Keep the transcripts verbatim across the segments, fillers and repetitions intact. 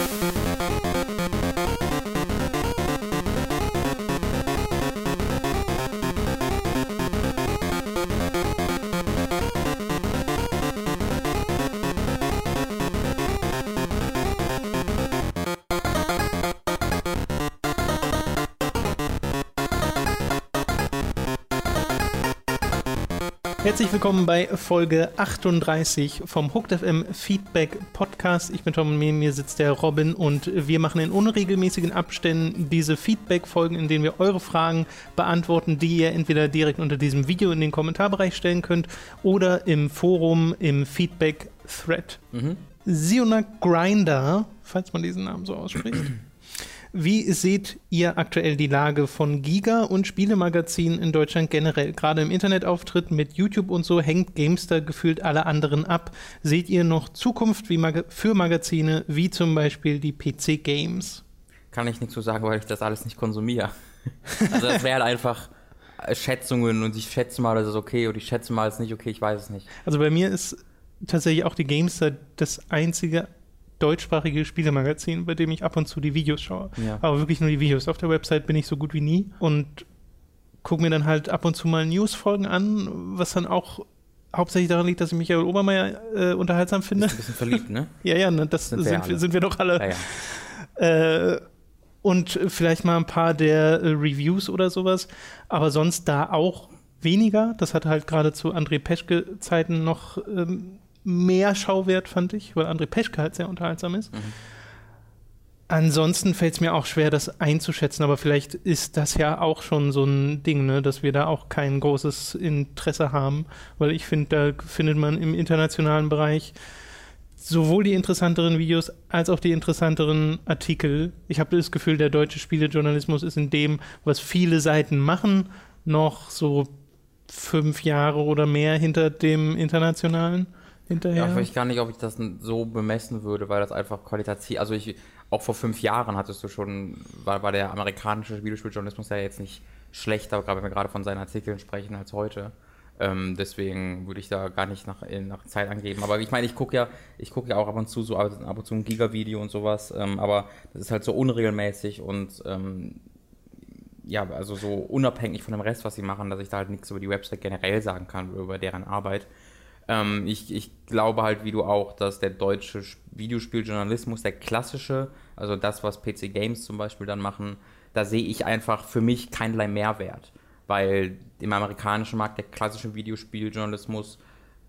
Herzlich willkommen bei Folge achtunddreißig vom Hooked F M Feedback Podcast. Ich bin Tom und neben mir sitzt der Robin und wir machen in unregelmäßigen Abständen diese Feedback-Folgen, in denen wir eure Fragen beantworten, die ihr entweder direkt unter diesem Video in den Kommentarbereich stellen könnt oder im Forum im Feedback-Thread. Mhm. Siona Grinder, falls man diesen Namen so ausspricht. Wie seht ihr aktuell die Lage von Giga und Spielemagazinen in Deutschland generell? Gerade im Internetauftritt mit YouTube und so hängt Gamestar gefühlt alle anderen ab. Seht ihr noch Zukunft wie Mag- für Magazine, wie zum Beispiel die P C Games? Kann ich nichts zu sagen, weil ich das alles nicht konsumiere. Also das wären einfach Schätzungen und ich schätze mal, das ist okay und ich schätze mal, das ist nicht okay, ich weiß es nicht. Also bei mir ist tatsächlich auch die Gamestar das einzige deutschsprachige Spielemagazin, bei dem ich ab und zu die Videos schaue. Ja. Aber wirklich nur die Videos. Auf der Website bin ich so gut wie nie und gucke mir dann halt ab und zu mal Newsfolgen an, was dann auch hauptsächlich daran liegt, dass ich Michael Obermeier äh, unterhaltsam finde. Bist ein bisschen verliebt, ne? ja, ja, ne, das sind, sind, wir, sind wir doch alle. Ja, ja. Äh, und vielleicht mal ein paar der äh, Reviews oder sowas, aber sonst da auch weniger. Das hat halt gerade zu André Peschke-Zeiten noch ähm, mehr Schauwert, fand ich, weil André Peschke halt sehr unterhaltsam ist. Mhm. Ansonsten fällt es mir auch schwer, das einzuschätzen, aber vielleicht ist das ja auch schon so ein Ding, ne, dass wir da auch kein großes Interesse haben, weil ich finde, da findet man im internationalen Bereich sowohl die interessanteren Videos als auch die interessanteren Artikel. Ich habe das Gefühl, der deutsche Spielejournalismus ist in dem, was viele Seiten machen, noch so fünf Jahre oder mehr hinter dem internationalen. Hinterher. Ja, ich weiß gar nicht, ob ich das so bemessen würde, weil das einfach qualitativ, also ich, auch vor fünf Jahren hattest du schon, war, war der amerikanische Videospieljournalismus ja jetzt nicht schlechter, gerade wenn wir gerade von seinen Artikeln sprechen, als heute. Ähm, deswegen würde ich da gar nicht nach, nach Zeit angeben. Aber ich meine, ich gucke ja, ich gucke ja auch ab und zu so ab und zu ein Giga-Video und sowas, ähm, aber das ist halt so unregelmäßig und ähm, ja, also so unabhängig von dem Rest, was sie machen, dass ich da halt nichts über die Website generell sagen kann, über deren Arbeit. Ähm, ich, ich glaube halt, wie du auch, dass der deutsche Videospieljournalismus, der klassische, also das, was P C Games zum Beispiel dann machen, da sehe ich einfach für mich keinerlei Mehrwert, weil im amerikanischen Markt der klassische Videospieljournalismus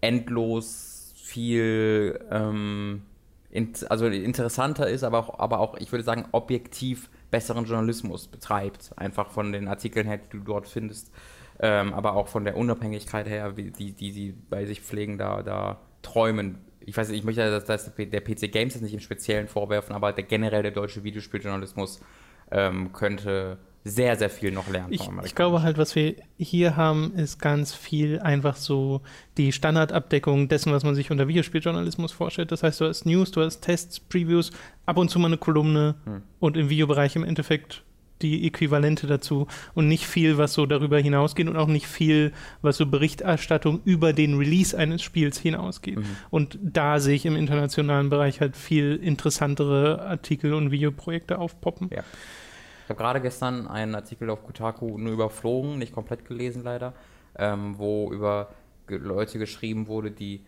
endlos viel ähm, in, also interessanter ist, aber auch, aber auch, ich würde sagen, objektiv besseren Journalismus betreibt, einfach von den Artikeln her, die du dort findest. Ähm, aber auch von der Unabhängigkeit her, wie, die, die sie bei sich pflegen, da, da träumen. Ich weiß nicht, ich möchte das, das der P C Games jetzt nicht im Speziellen vorwerfen, aber der generell der deutsche Videospieljournalismus ähm, könnte sehr, sehr viel noch lernen. Ich, ich glaube halt, was wir hier haben, ist ganz viel einfach so die Standardabdeckung dessen, was man sich unter Videospieljournalismus vorstellt. Das heißt, du hast News, du hast Tests, Previews, ab und zu mal eine Kolumne hm. und im Videobereich im Endeffekt die Äquivalente dazu und nicht viel, was so darüber hinausgeht und auch nicht viel, was so Berichterstattung über den Release eines Spiels hinausgeht. Mhm. Und da sehe ich im internationalen Bereich halt viel interessantere Artikel und Videoprojekte aufpoppen. Ja. Ich habe gerade gestern einen Artikel auf Kotaku nur überflogen, nicht komplett gelesen leider, ähm, wo über Leute geschrieben wurde, die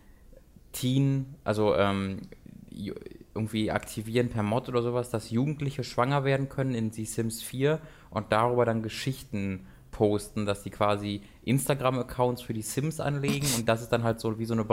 Teen, also ähm, irgendwie aktivieren per Mod oder sowas, dass Jugendliche schwanger werden können in The Sims vier und darüber dann Geschichten posten, dass die quasi Instagram-Accounts für die Sims anlegen und das ist dann halt so wie so eine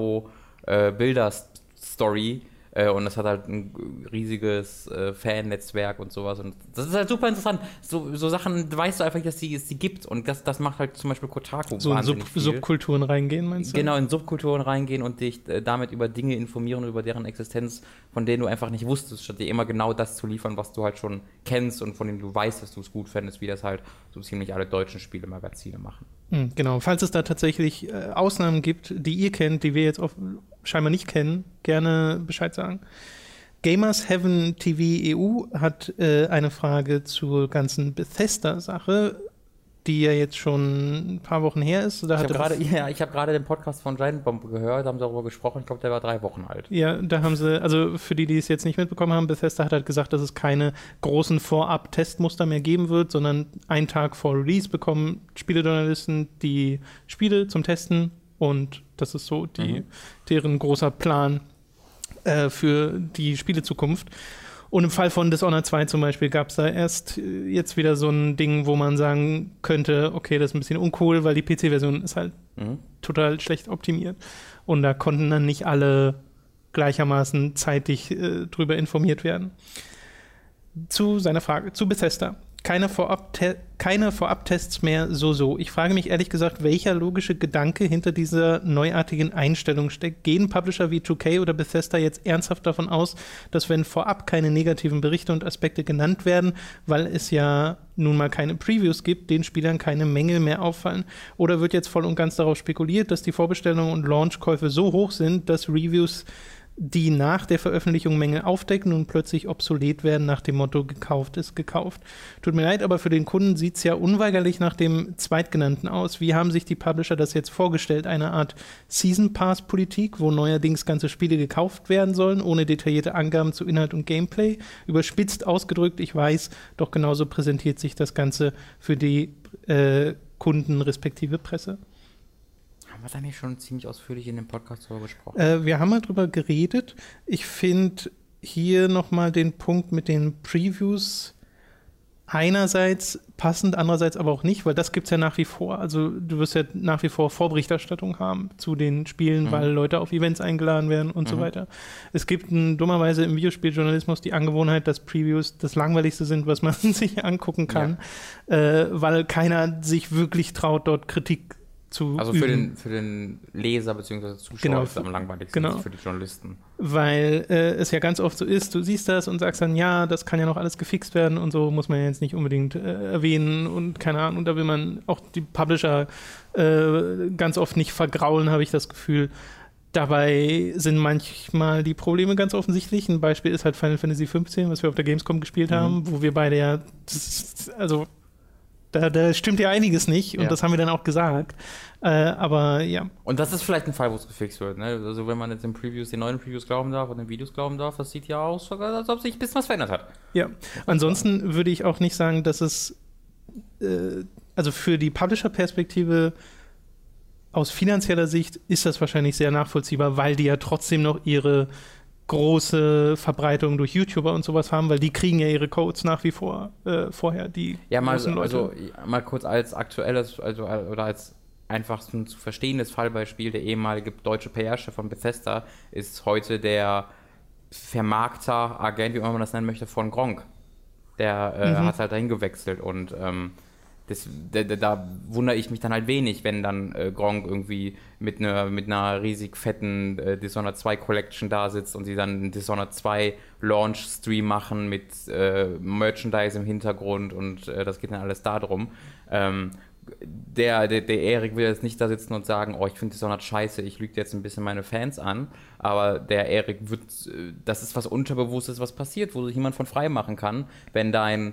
Bravo-Bilder-Story äh, und das hat halt ein riesiges äh, Fan-Netzwerk und sowas und das ist halt super interessant. So, so Sachen weißt du einfach, dass die es die gibt und das, das macht halt zum Beispiel Kotaku so wahnsinnig Sub- viel. Subkulturen reingehen, meinst du? Genau, in Subkulturen reingehen und dich äh, damit über Dinge informieren, über deren Existenz, von denen du einfach nicht wusstest, statt dir immer genau das zu liefern, was du halt schon kennst und von denen du weißt, dass du es gut fändest, wie das halt so ziemlich alle deutschen Spielemagazine machen. Mhm, genau, falls es da tatsächlich äh, Ausnahmen gibt, die ihr kennt, die wir jetzt auf, scheinbar nicht kennen, gerne Bescheid sagen. Gamers Heaven T V E U hat äh, eine Frage zur ganzen Bethesda-Sache. die ja jetzt schon ein paar Wochen her ist. Da ich habe hatte gerade ja, ich hab gerade den Podcast von Giant Bomb gehört, haben darüber gesprochen, ich glaube, der war drei Wochen alt. Ja, da haben sie, also für die, die es jetzt nicht mitbekommen haben, Bethesda hat halt gesagt, dass es keine großen Vorab-Testmuster mehr geben wird, sondern einen Tag vor Release bekommen Spielejournalisten die Spiele zum Testen und das ist so die, mhm. deren großer Plan äh, für die Spielezukunft. Und im Fall von Dishonored zwei zum Beispiel gab es da erst jetzt wieder so ein Ding, wo man sagen könnte, okay, das ist ein bisschen uncool, weil die P C-Version ist halt mhm. total schlecht optimiert. Und da konnten dann nicht alle gleichermaßen zeitig äh, drüber informiert werden. Zu seiner Frage, zu Bethesda. Keine Vorab-Te- keine Vorab-Tests mehr so so. Ich frage mich ehrlich gesagt, welcher logische Gedanke hinter dieser neuartigen Einstellung steckt. Gehen Publisher wie zwei K oder Bethesda jetzt ernsthaft davon aus, dass wenn vorab keine negativen Berichte und Aspekte genannt werden, weil es ja nun mal keine Previews gibt, den Spielern keine Mängel mehr auffallen? Oder wird jetzt voll und ganz darauf spekuliert, dass die Vorbestellungen und Launchkäufe so hoch sind, dass Reviews, die nach der Veröffentlichung Mängel aufdecken und plötzlich obsolet werden nach dem Motto, gekauft ist gekauft. Tut mir leid, aber für den Kunden sieht es ja unweigerlich nach dem Zweitgenannten aus. Wie haben sich die Publisher das jetzt vorgestellt? Eine Art Season Pass-Politik, wo neuerdings ganze Spiele gekauft werden sollen, ohne detaillierte Angaben zu Inhalt und Gameplay? Überspitzt ausgedrückt, ich weiß, doch genauso präsentiert sich das Ganze für die äh, Kunden respektive Presse. Haben wir da nicht schon ziemlich ausführlich in dem Podcast darüber gesprochen? Äh, wir haben mal drüber geredet. Ich finde hier nochmal den Punkt mit den Previews einerseits passend, andererseits aber auch nicht, weil das gibt es ja nach wie vor. Also du wirst ja nach wie vor Vorberichterstattung haben zu den Spielen, mhm. weil Leute auf Events eingeladen werden und mhm. so weiter. Es gibt n, dummerweise im Videospieljournalismus die Angewohnheit, dass Previews das Langweiligste sind, was man sich angucken kann, ja. äh, weil keiner sich wirklich traut, dort Kritik zu Also für den, für den Leser bzw. Zuschauer genau, ist es am langweiligsten, genau. für die Journalisten. Weil äh, es ja ganz oft so ist, du siehst das und sagst dann, ja, das kann ja noch alles gefixt werden und so, muss man ja jetzt nicht unbedingt äh, erwähnen und keine Ahnung, da will man auch die Publisher äh, ganz oft nicht vergraulen, habe ich das Gefühl. Dabei sind manchmal die Probleme ganz offensichtlich. Ein Beispiel ist halt Final Fantasy fünfzehn, was wir auf der Gamescom gespielt mhm. haben, wo wir beide ja, das, also Da, da stimmt ja einiges nicht und ja. das haben wir dann auch gesagt. Äh, aber ja. Und das ist vielleicht ein Fall, wo es gefixt wird. Ne? Also wenn man jetzt den Previews, den neuen Previews glauben darf und den Videos glauben darf, das sieht ja aus, als ob sich ein bisschen was verändert hat. Ja, ansonsten würde ich auch nicht sagen, dass es äh, also für die Publisher-Perspektive aus finanzieller Sicht ist das wahrscheinlich sehr nachvollziehbar, weil die ja trotzdem noch ihre große Verbreitung durch YouTuber und sowas haben, weil die kriegen ja ihre Codes nach wie vor äh, vorher, die ja, mal, großen Leute. Also mal kurz als aktuelles, also oder als einfach zu verstehendes Fallbeispiel, der ehemalige deutsche P R-Chef von Bethesda ist heute der Vermarkter, Agent, wie immer man das nennen möchte, von Gronkh. Der äh, mhm. hat halt dahin gewechselt und ähm, Das, da, da wundere ich mich dann halt wenig, wenn dann äh, Gronkh irgendwie mit einer mit einer riesig fetten äh, Dishonored zwei Collection da sitzt und sie dann einen Dishonored zwei Launch-Stream machen mit äh, Merchandise im Hintergrund und äh, das geht dann alles da drum. Ähm, der, der, der Erik will jetzt nicht da sitzen und sagen, oh, ich finde Dishonored scheiße, ich lüge jetzt ein bisschen meine Fans an, aber der Erik wird, das ist was Unterbewusstes, was passiert, wo sich jemand von frei machen kann, wenn dein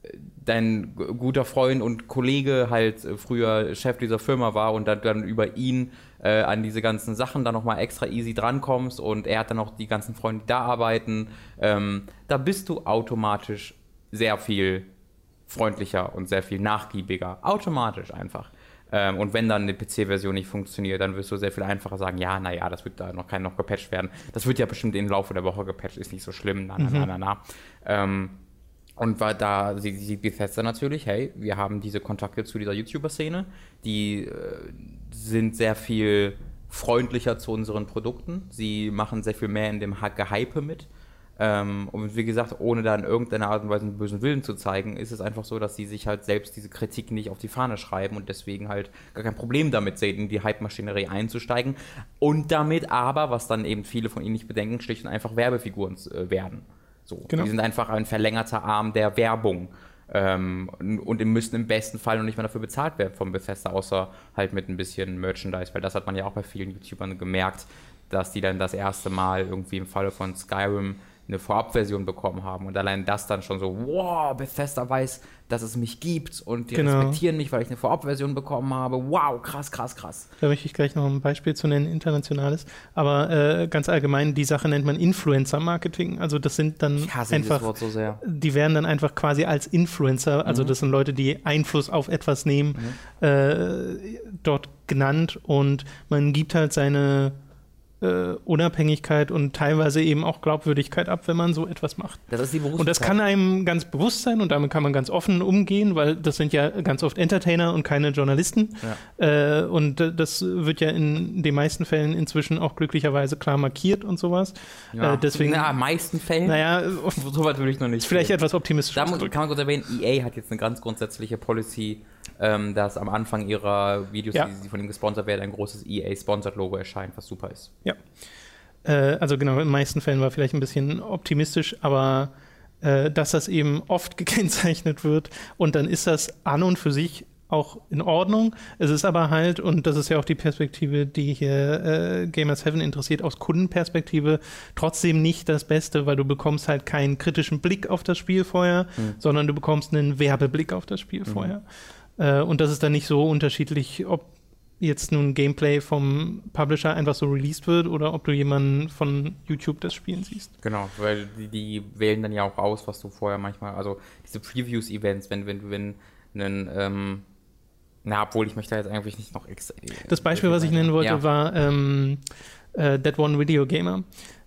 dein guter Freund und Kollege halt früher Chef dieser Firma war und dann, dann über ihn äh, an diese ganzen Sachen dann nochmal extra easy drankommst und er hat dann auch die ganzen Freunde, die da arbeiten, ähm, da bist du automatisch sehr viel freundlicher und sehr viel nachgiebiger. Automatisch einfach. Ähm, und wenn dann eine P C-Version nicht funktioniert, dann wirst du sehr viel einfacher sagen, ja, naja, das wird da noch kein noch gepatcht werden. Das wird ja bestimmt im Laufe der Woche gepatcht, ist nicht so schlimm, na, na, na, na, na. Ähm, Und war da sieht Bethesda natürlich, hey, wir haben diese Kontakte zu dieser YouTuber-Szene, die äh, sind sehr viel freundlicher zu unseren Produkten, sie machen sehr viel mehr in dem Gehype mit. Ähm, und wie gesagt, ohne da in irgendeiner Art und Weise einen bösen Willen zu zeigen, ist es einfach so, dass sie sich halt selbst diese Kritik nicht auf die Fahne schreiben und deswegen halt gar kein Problem damit sehen, in die Hype-Maschinerie einzusteigen und damit aber, was dann eben viele von ihnen nicht bedenken, schlicht und einfach Werbefiguren äh, werden. So, genau. Die sind einfach ein verlängerter Arm der Werbung ähm, und müssen im besten Fall noch nicht mal dafür bezahlt werden von Bethesda, außer halt mit ein bisschen Merchandise, weil das hat man ja auch bei vielen YouTubern gemerkt, dass die dann das erste Mal irgendwie im Falle von Skyrim eine Vorabversion bekommen haben und allein das dann schon so, wow, Bethesda weiß, dass es mich gibt und die genau. respektieren mich, weil ich eine Vorabversion bekommen habe. Wow, krass, krass, krass. Da möchte ich gleich noch ein Beispiel zu nennen, internationales. Aber äh, ganz allgemein, die Sache nennt man Influencer-Marketing. Also das sind dann ich hasse einfach, dieses Wort so sehr. Die werden dann einfach quasi als Influencer, also mhm. das sind Leute, die Einfluss auf etwas nehmen, mhm. äh, dort genannt und man gibt halt seine Äh, Unabhängigkeit und teilweise eben auch Glaubwürdigkeit ab, wenn man so etwas macht. Das ist die Berufsbezeichnung. Und das kann einem ganz bewusst sein und damit kann man ganz offen umgehen, weil das sind ja ganz oft Entertainer und keine Journalisten. Ja. Äh, und das wird ja in den meisten Fällen inzwischen auch glücklicherweise klar markiert und sowas. Ja. Äh, deswegen, Na, meisten Fällen? Naja, so weit würde ich noch nicht. Vielleicht etwas optimistisch. Da muss, kann man kurz erwähnen, E A hat jetzt eine ganz grundsätzliche Policy, ähm, dass am Anfang ihrer Videos, ja. die, die von ihm gesponsert werden, ein großes E A-Sponsored-Logo erscheint, was super ist. Ja. Äh, also genau, in den meisten Fällen war vielleicht ein bisschen optimistisch, aber äh, dass das eben oft gekennzeichnet wird und dann ist das an und für sich auch in Ordnung. Es ist aber halt, und das ist ja auch die Perspektive, die hier äh, Gamer sieben interessiert, aus Kundenperspektive trotzdem nicht das Beste, weil du bekommst halt keinen kritischen Blick auf das Spiel vorher, mhm. sondern du bekommst einen Werbeblick auf das Spiel mhm. vorher. Äh, und das ist dann nicht so unterschiedlich, ob jetzt nun Gameplay vom Publisher einfach so released wird oder ob du jemanden von YouTube das Spielen siehst. Genau, weil die, die wählen dann ja auch aus, was du vorher manchmal, also diese Previews-Events, wenn, wenn, wenn einen, ähm, na, obwohl ich möchte jetzt eigentlich nicht noch extra. Das Beispiel, was ich nennen wollte, ja. war ähm, äh, That One Video Gamer.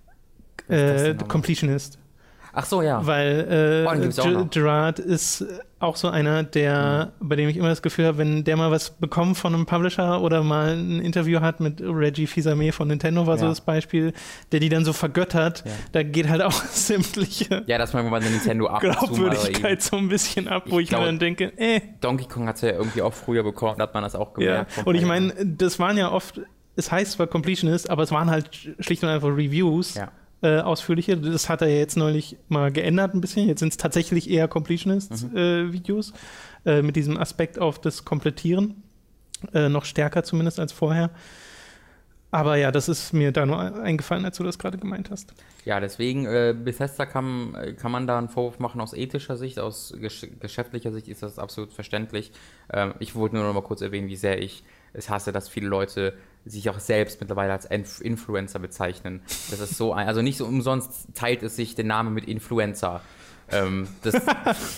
Äh, Completionist. Ach so, ja. Weil äh, G- Gerard ist auch so einer, der, mhm. bei dem ich immer das Gefühl habe, wenn der mal was bekommt von einem Publisher oder mal ein Interview hat mit Reggie Fils-Aimé von Nintendo, war ja. so das Beispiel, der die dann so vergöttert, ja. da geht halt auch sämtliche ja, das mal bei Nintendo ab Glaubwürdigkeit so ein bisschen ab, wo ich, ich glaub, mir dann denke, äh. Donkey Kong hat es ja irgendwie auch früher bekommen, da hat man das auch gemerkt. Ja. Und ich meine, das waren ja oft, es heißt zwar Completionist, aber es waren halt schlicht und einfach Reviews. Ja. Äh, ausführliche. Das hat er jetzt neulich mal geändert ein bisschen. Jetzt sind es tatsächlich eher Completionist-Videos mhm. äh, äh, mit diesem Aspekt auf das Komplettieren. Äh, noch stärker zumindest als vorher. Aber ja, das ist mir da nur eingefallen, als du das gerade gemeint hast. Ja, deswegen, äh, Bethesda kann, kann man da einen Vorwurf machen aus ethischer Sicht, aus gesch- geschäftlicher Sicht ist das absolut verständlich. Ähm, ich wollte nur noch mal kurz erwähnen, wie sehr ich es hasse, dass viele Leute sich auch selbst mittlerweile als Inf- Influencer bezeichnen. Das ist so ein, also nicht so umsonst teilt es sich den Namen mit Influencer. Ähm, das ich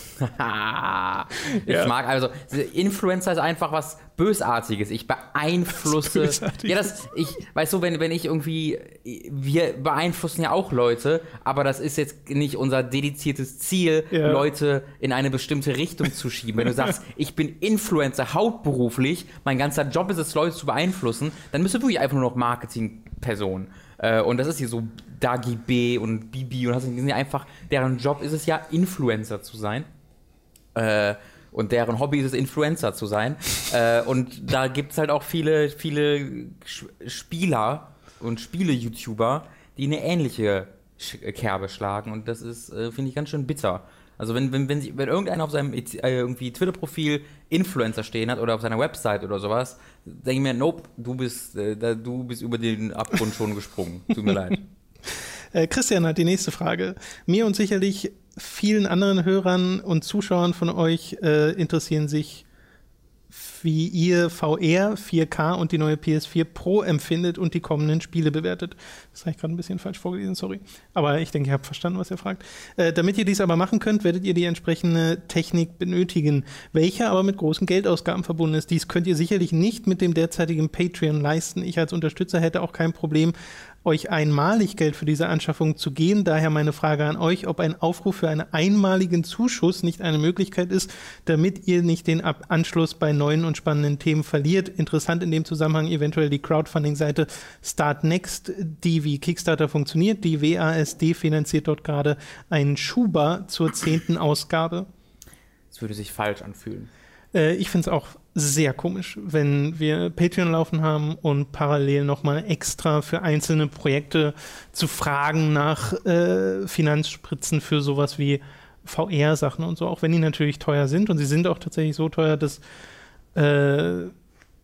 ja. mag also, Influencer ist einfach was Bösartiges. Ich beeinflusse. Ja, das, ich, weißt du, wenn, wenn ich irgendwie, wir beeinflussen ja auch Leute, aber das ist jetzt nicht unser dediziertes Ziel, ja. Leute in eine bestimmte Richtung zu schieben. Wenn du sagst, ich bin Influencer hauptberuflich, mein ganzer Job ist es, Leute zu beeinflussen, dann bist du wirklich einfach nur noch Marketingperson. Und das ist hier so Dagi B und Bibi und das sind ja einfach, deren Job ist es ja, Influencer zu sein. Äh, und deren Hobby ist es, Influencer zu sein. äh, und da gibt es halt auch viele, viele Spieler und Spiele-YouTuber, die eine ähnliche Kerbe schlagen. Und das ist, äh, finde ich, ganz schön bitter. Also wenn, wenn, wenn, sie, wenn irgendeiner auf seinem äh, irgendwie Twitter-Profil Influencer stehen hat oder auf seiner Website oder sowas, denke ich mir, nope, du bist, äh, du bist über den Abgrund schon gesprungen. Tut mir leid. Äh, Christian hat die nächste Frage. Mir und sicherlich vielen anderen Hörern und Zuschauern von euch äh, interessieren sich, wie ihr V R, vier K und die neue P S vier Pro empfindet und die kommenden Spiele bewertet. Das habe ich gerade ein bisschen falsch vorgelesen, sorry. Aber ich denke, ihr habt verstanden, was ihr fragt. Äh, damit ihr dies aber machen könnt, werdet ihr die entsprechende Technik benötigen, welche aber mit großen Geldausgaben verbunden ist. Dies könnt ihr sicherlich nicht mit dem derzeitigen Patreon leisten. Ich als Unterstützer hätte auch kein Problem, euch einmalig Geld für diese Anschaffung zu geben. Daher meine Frage an euch, ob ein Aufruf für einen einmaligen Zuschuss nicht eine Möglichkeit ist, damit ihr nicht den Ab- Anschluss bei neuen und spannenden Themen verliert. Interessant in dem Zusammenhang eventuell die Crowdfunding-Seite Startnext, die wie Kickstarter funktioniert. Die W A S D finanziert dort gerade einen Schuber zur zehnten Ausgabe. Das würde sich falsch anfühlen. Äh, ich finde es auch sehr komisch, wenn wir Patreon laufen haben und parallel nochmal extra für einzelne Projekte zu fragen nach äh, Finanzspritzen für sowas wie V R-Sachen und so, auch wenn die natürlich teuer sind und sie sind auch tatsächlich so teuer, dass äh,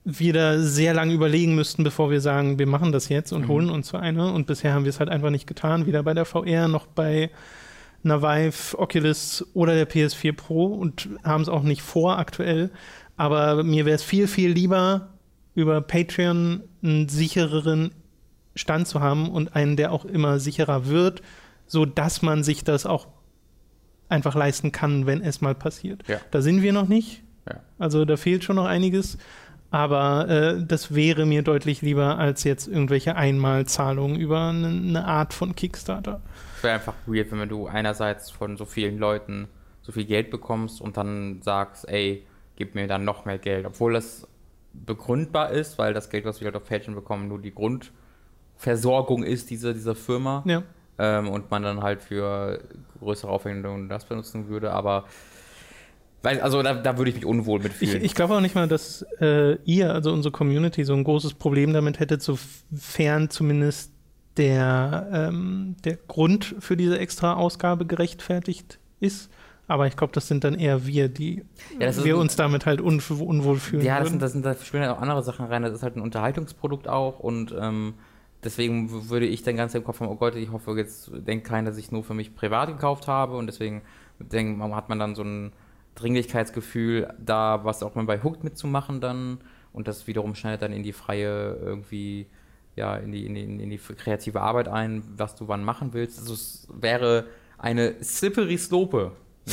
wir da sehr lange überlegen müssten, bevor wir sagen, wir machen das jetzt und mhm. holen uns so eine. Und bisher haben wir es halt einfach nicht getan, weder bei der V R noch bei einer Vive, Oculus oder der P S vier Pro und haben es auch nicht vor aktuell. Aber mir wäre es viel, viel lieber, über Patreon einen sichereren Stand zu haben und einen, der auch immer sicherer wird, sodass man sich das auch einfach leisten kann, wenn es mal passiert. Ja. Da sind wir noch nicht. Ja. Also da fehlt schon noch einiges. Aber äh, das wäre mir deutlich lieber als jetzt irgendwelche Einmalzahlungen über eine, eine Art von Kickstarter. Es wäre einfach weird, wenn du einerseits von so vielen Leuten so viel Geld bekommst und dann sagst, ey, gib mir dann noch mehr Geld. Obwohl das begründbar ist, weil das Geld, was wir halt auf Patreon bekommen, nur die Grundversorgung ist dieser, dieser Firma. Ja. Ähm, und man dann halt für größere Aufwendungen das benutzen würde. Aber weil, also da, da würde ich mich unwohl mitfühlen. Ich, ich glaube auch nicht mal, dass äh, ihr, also unsere Community, so ein großes Problem damit hättet, sofern zumindest der, ähm, der Grund für diese extra Ausgabe gerechtfertigt ist. Aber ich glaube, das sind dann eher wir, die ja, wir ein, uns damit halt un, unwohl fühlen. Ja, das sind, das sind, da spielen halt auch andere Sachen rein. Das ist halt ein Unterhaltungsprodukt auch und ähm, deswegen würde ich dann ganz im Kopf haben, oh Gott, ich hoffe, jetzt denkt keiner, dass ich nur für mich privat gekauft habe und deswegen denk, hat man dann so ein Dringlichkeitsgefühl, da was auch mal bei Hooked mitzumachen dann und das wiederum schneidet dann in die freie irgendwie, ja, in die, in die, in die kreative Arbeit ein, was du wann machen willst. Also es wäre eine slippery slope.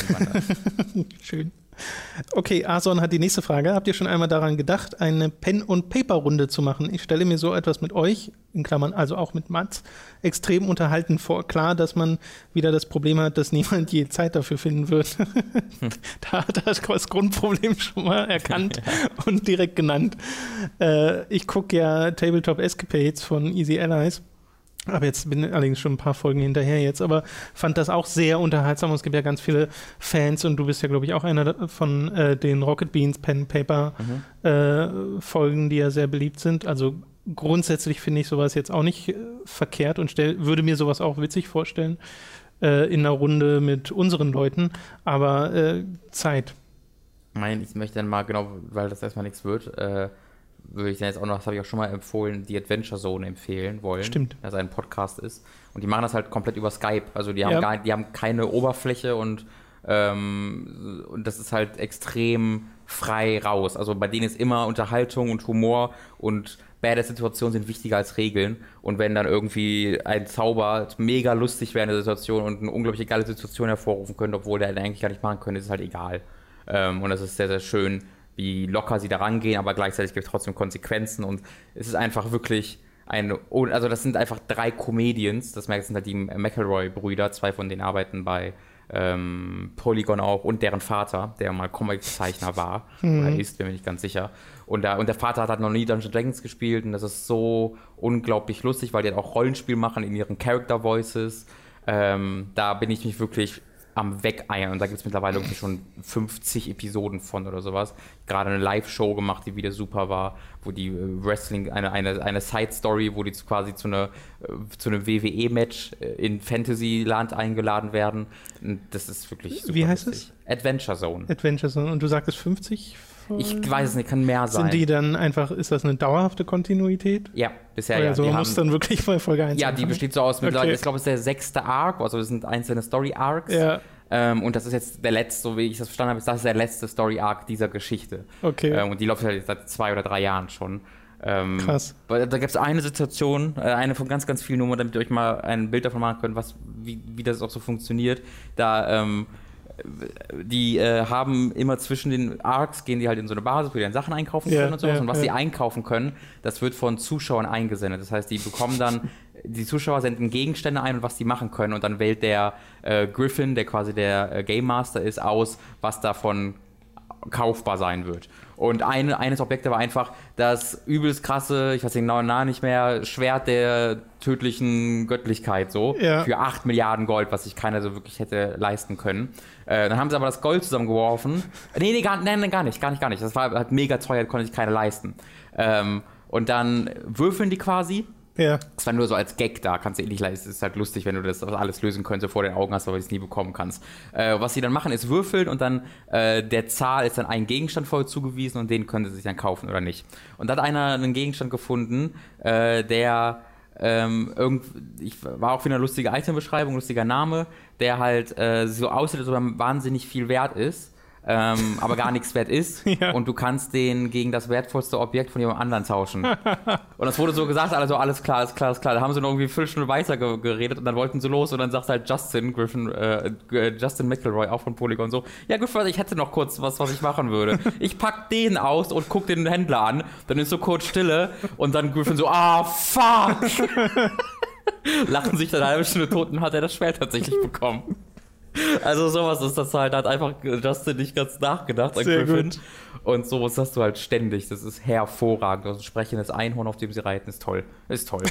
Schön. Okay, Arson hat die nächste Frage. Habt ihr schon einmal daran gedacht, eine Pen-und-Paper-Runde zu machen? Ich stelle mir so etwas mit euch, in Klammern also auch mit Mats, extrem unterhalten vor. Klar, dass man wieder das Problem hat, dass niemand je Zeit dafür finden wird. Hm. Da hat er das Grundproblem schon mal erkannt und direkt genannt. Äh, ich gucke ja Tabletop Escapades von Easy Allies. Aber jetzt bin ich allerdings schon ein paar Folgen hinterher jetzt, aber fand das auch sehr unterhaltsam. Und es gibt ja ganz viele Fans und du bist ja, glaube ich, auch einer von äh, den Rocket Beans Pen Paper mhm. äh, Folgen, die ja sehr beliebt sind. Also grundsätzlich finde ich sowas jetzt auch nicht äh, verkehrt und stell, würde mir sowas auch witzig vorstellen äh, in einer Runde mit unseren Leuten. Aber äh, Zeit. Nein, ich möchte dann mal genau, weil das erstmal nichts wird, äh, würde ich dann jetzt auch noch, das habe ich auch schon mal empfohlen, die Adventure Zone empfehlen wollen. Stimmt. Das ein Podcast ist. Und die machen das halt komplett über Skype. Also die haben, ja. gar, die haben keine Oberfläche und, ähm, und das ist halt extrem frei raus. Also bei denen ist immer Unterhaltung und Humor und Badass-Situationen sind wichtiger als Regeln. Und wenn dann irgendwie ein Zauber mega lustig wäre in der Situation und eine unglaublich geile Situation hervorrufen könnte, obwohl der eigentlich gar nicht machen könnte, ist es halt egal. Ähm, und das ist sehr, sehr schön, wie locker sie da rangehen, aber gleichzeitig gibt es trotzdem Konsequenzen und es ist einfach wirklich eine, also das sind einfach drei Comedians, das merkt, das sind halt die McElroy-Brüder, zwei von denen arbeiten bei ähm, Polygon auch und deren Vater, der mal Comic-Zeichner war, mhm. oder ist, bin mir nicht ganz sicher. Und, da, und der Vater hat halt noch nie Dungeons and Dragons gespielt und das ist so unglaublich lustig, weil die halt auch Rollenspiel machen in ihren Character-Voices. Ähm, da bin ich mich wirklich am Wegeiern und da gibt es mittlerweile irgendwie schon fünfzig Episoden von oder sowas. Gerade eine Live-Show gemacht, die wieder super war, wo die Wrestling, eine, eine, eine Side-Story, wo die quasi zu, eine, zu einem W W E-Match in Fantasyland eingeladen werden. Und das ist wirklich super. Wie heißt lustig. es? Adventure Zone. Adventure Zone. Und du sagtest fünfzig? Ich weiß es nicht, kann mehr sein. Sind die dann einfach, ist das eine dauerhafte Kontinuität? Ja, bisher also ja. Also man muss dann wirklich bei Folge eins Ja, die anfangen. besteht so aus, okay. Ich glaube, es ist der sechste Arc, also es sind einzelne Story-Arcs. Ja. Ähm, und das ist jetzt der letzte, so wie ich das verstanden habe, das ist der letzte Story-Arc dieser Geschichte. Okay. Ähm, und die läuft halt seit zwei oder drei Jahren schon. Ähm, Krass. Da gibt es eine Situation, äh, eine von ganz, ganz vielen Nummern, damit ihr euch mal ein Bild davon machen könnt, was, wie, wie das auch so funktioniert. Da, ähm, die äh, haben immer zwischen den Arcs, gehen die halt in so eine Basis, wo die dann Sachen einkaufen können yeah, und sowas. Yeah, und was yeah. sie einkaufen können, das wird von Zuschauern eingesendet. Das heißt, die bekommen dann, die Zuschauer senden Gegenstände ein und was die machen können. Und dann wählt der äh, Griffin, der quasi der äh, Game Master ist, aus, was davon kaufbar sein wird. Und eine, eines Objekte war einfach das übelst krasse, ich weiß den genauen Namen nicht mehr, Schwert der tödlichen Göttlichkeit so, ja. für acht Milliarden Gold, was sich keiner so wirklich hätte leisten können. Äh, dann haben sie aber das Gold zusammengeworfen. Nee, nee, gar, nee, nee, gar nicht, gar nicht, gar nicht. Das war halt mega teuer, konnte sich keiner leisten. Ähm, und dann würfeln die quasi Ja. Das war nur so als Gag da, kannst du eh nicht leisten. Es ist halt lustig, wenn du das alles lösen könntest, vor den Augen hast, aber du es nie bekommen kannst. Äh, was sie dann machen, ist würfeln und dann äh, der Zahl ist dann ein Gegenstand voll zugewiesen und den können sie sich dann kaufen oder nicht. Und da hat einer einen Gegenstand gefunden, äh, der ähm, irgend, ich, war auch wieder eine lustige Itembeschreibung, lustiger Name, der halt äh, so aussieht, als ob er wahnsinnig viel wert ist. Ähm, aber gar nichts wert ist ja. Und du kannst den gegen das wertvollste Objekt von jemand anderen tauschen. Und das wurde so gesagt, also alles klar, alles klar, alles klar. Da haben sie noch irgendwie eine Viertelstunde weiter ge- geredet und dann wollten sie los und dann sagt halt Justin Griffin, äh, Justin McElroy, auch von Polygon so, ja gut, ich hätte noch kurz was, was ich machen würde. Ich pack den aus und guck den Händler an, dann ist so kurz Stille und dann Griffin so, ah, fuck! Lachen sich dann eine halbe Stunde tot und hat er das Schwert tatsächlich bekommen. Also sowas ist das halt, hat einfach Justin nicht ganz nachgedacht an Griffin. Und sowas hast du halt ständig. Das ist hervorragend. Also ein sprechendes Einhorn, auf dem sie reiten, ist toll. Ist toll.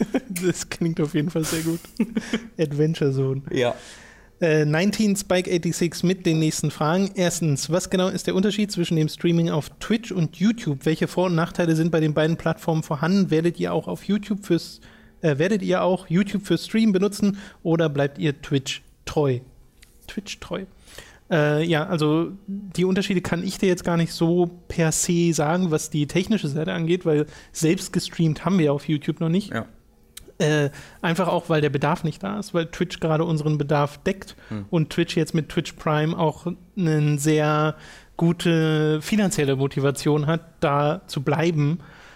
Das klingt auf jeden Fall sehr gut. Adventure Zone. Ja. Äh, neunzehn Spike sechsundachtzig mit den nächsten Fragen. Erstens, was genau ist der Unterschied zwischen dem Streaming auf Twitch und YouTube? Welche Vor- und Nachteile sind bei den beiden Plattformen vorhanden? Werdet ihr auch auf YouTube fürs äh, werdet ihr auch YouTube für Stream benutzen oder bleibt ihr Twitch treu? Twitch treu. Äh, ja, also die Unterschiede kann ich dir jetzt gar nicht so per se sagen, was die technische Seite angeht, weil selbst gestreamt haben wir ja auf YouTube noch nicht. Ja. Äh, einfach auch, weil der Bedarf nicht da ist, weil Twitch gerade unseren Bedarf deckt hm. und Twitch jetzt mit Twitch Prime auch eine sehr gute finanzielle Motivation hat, da zu bleiben.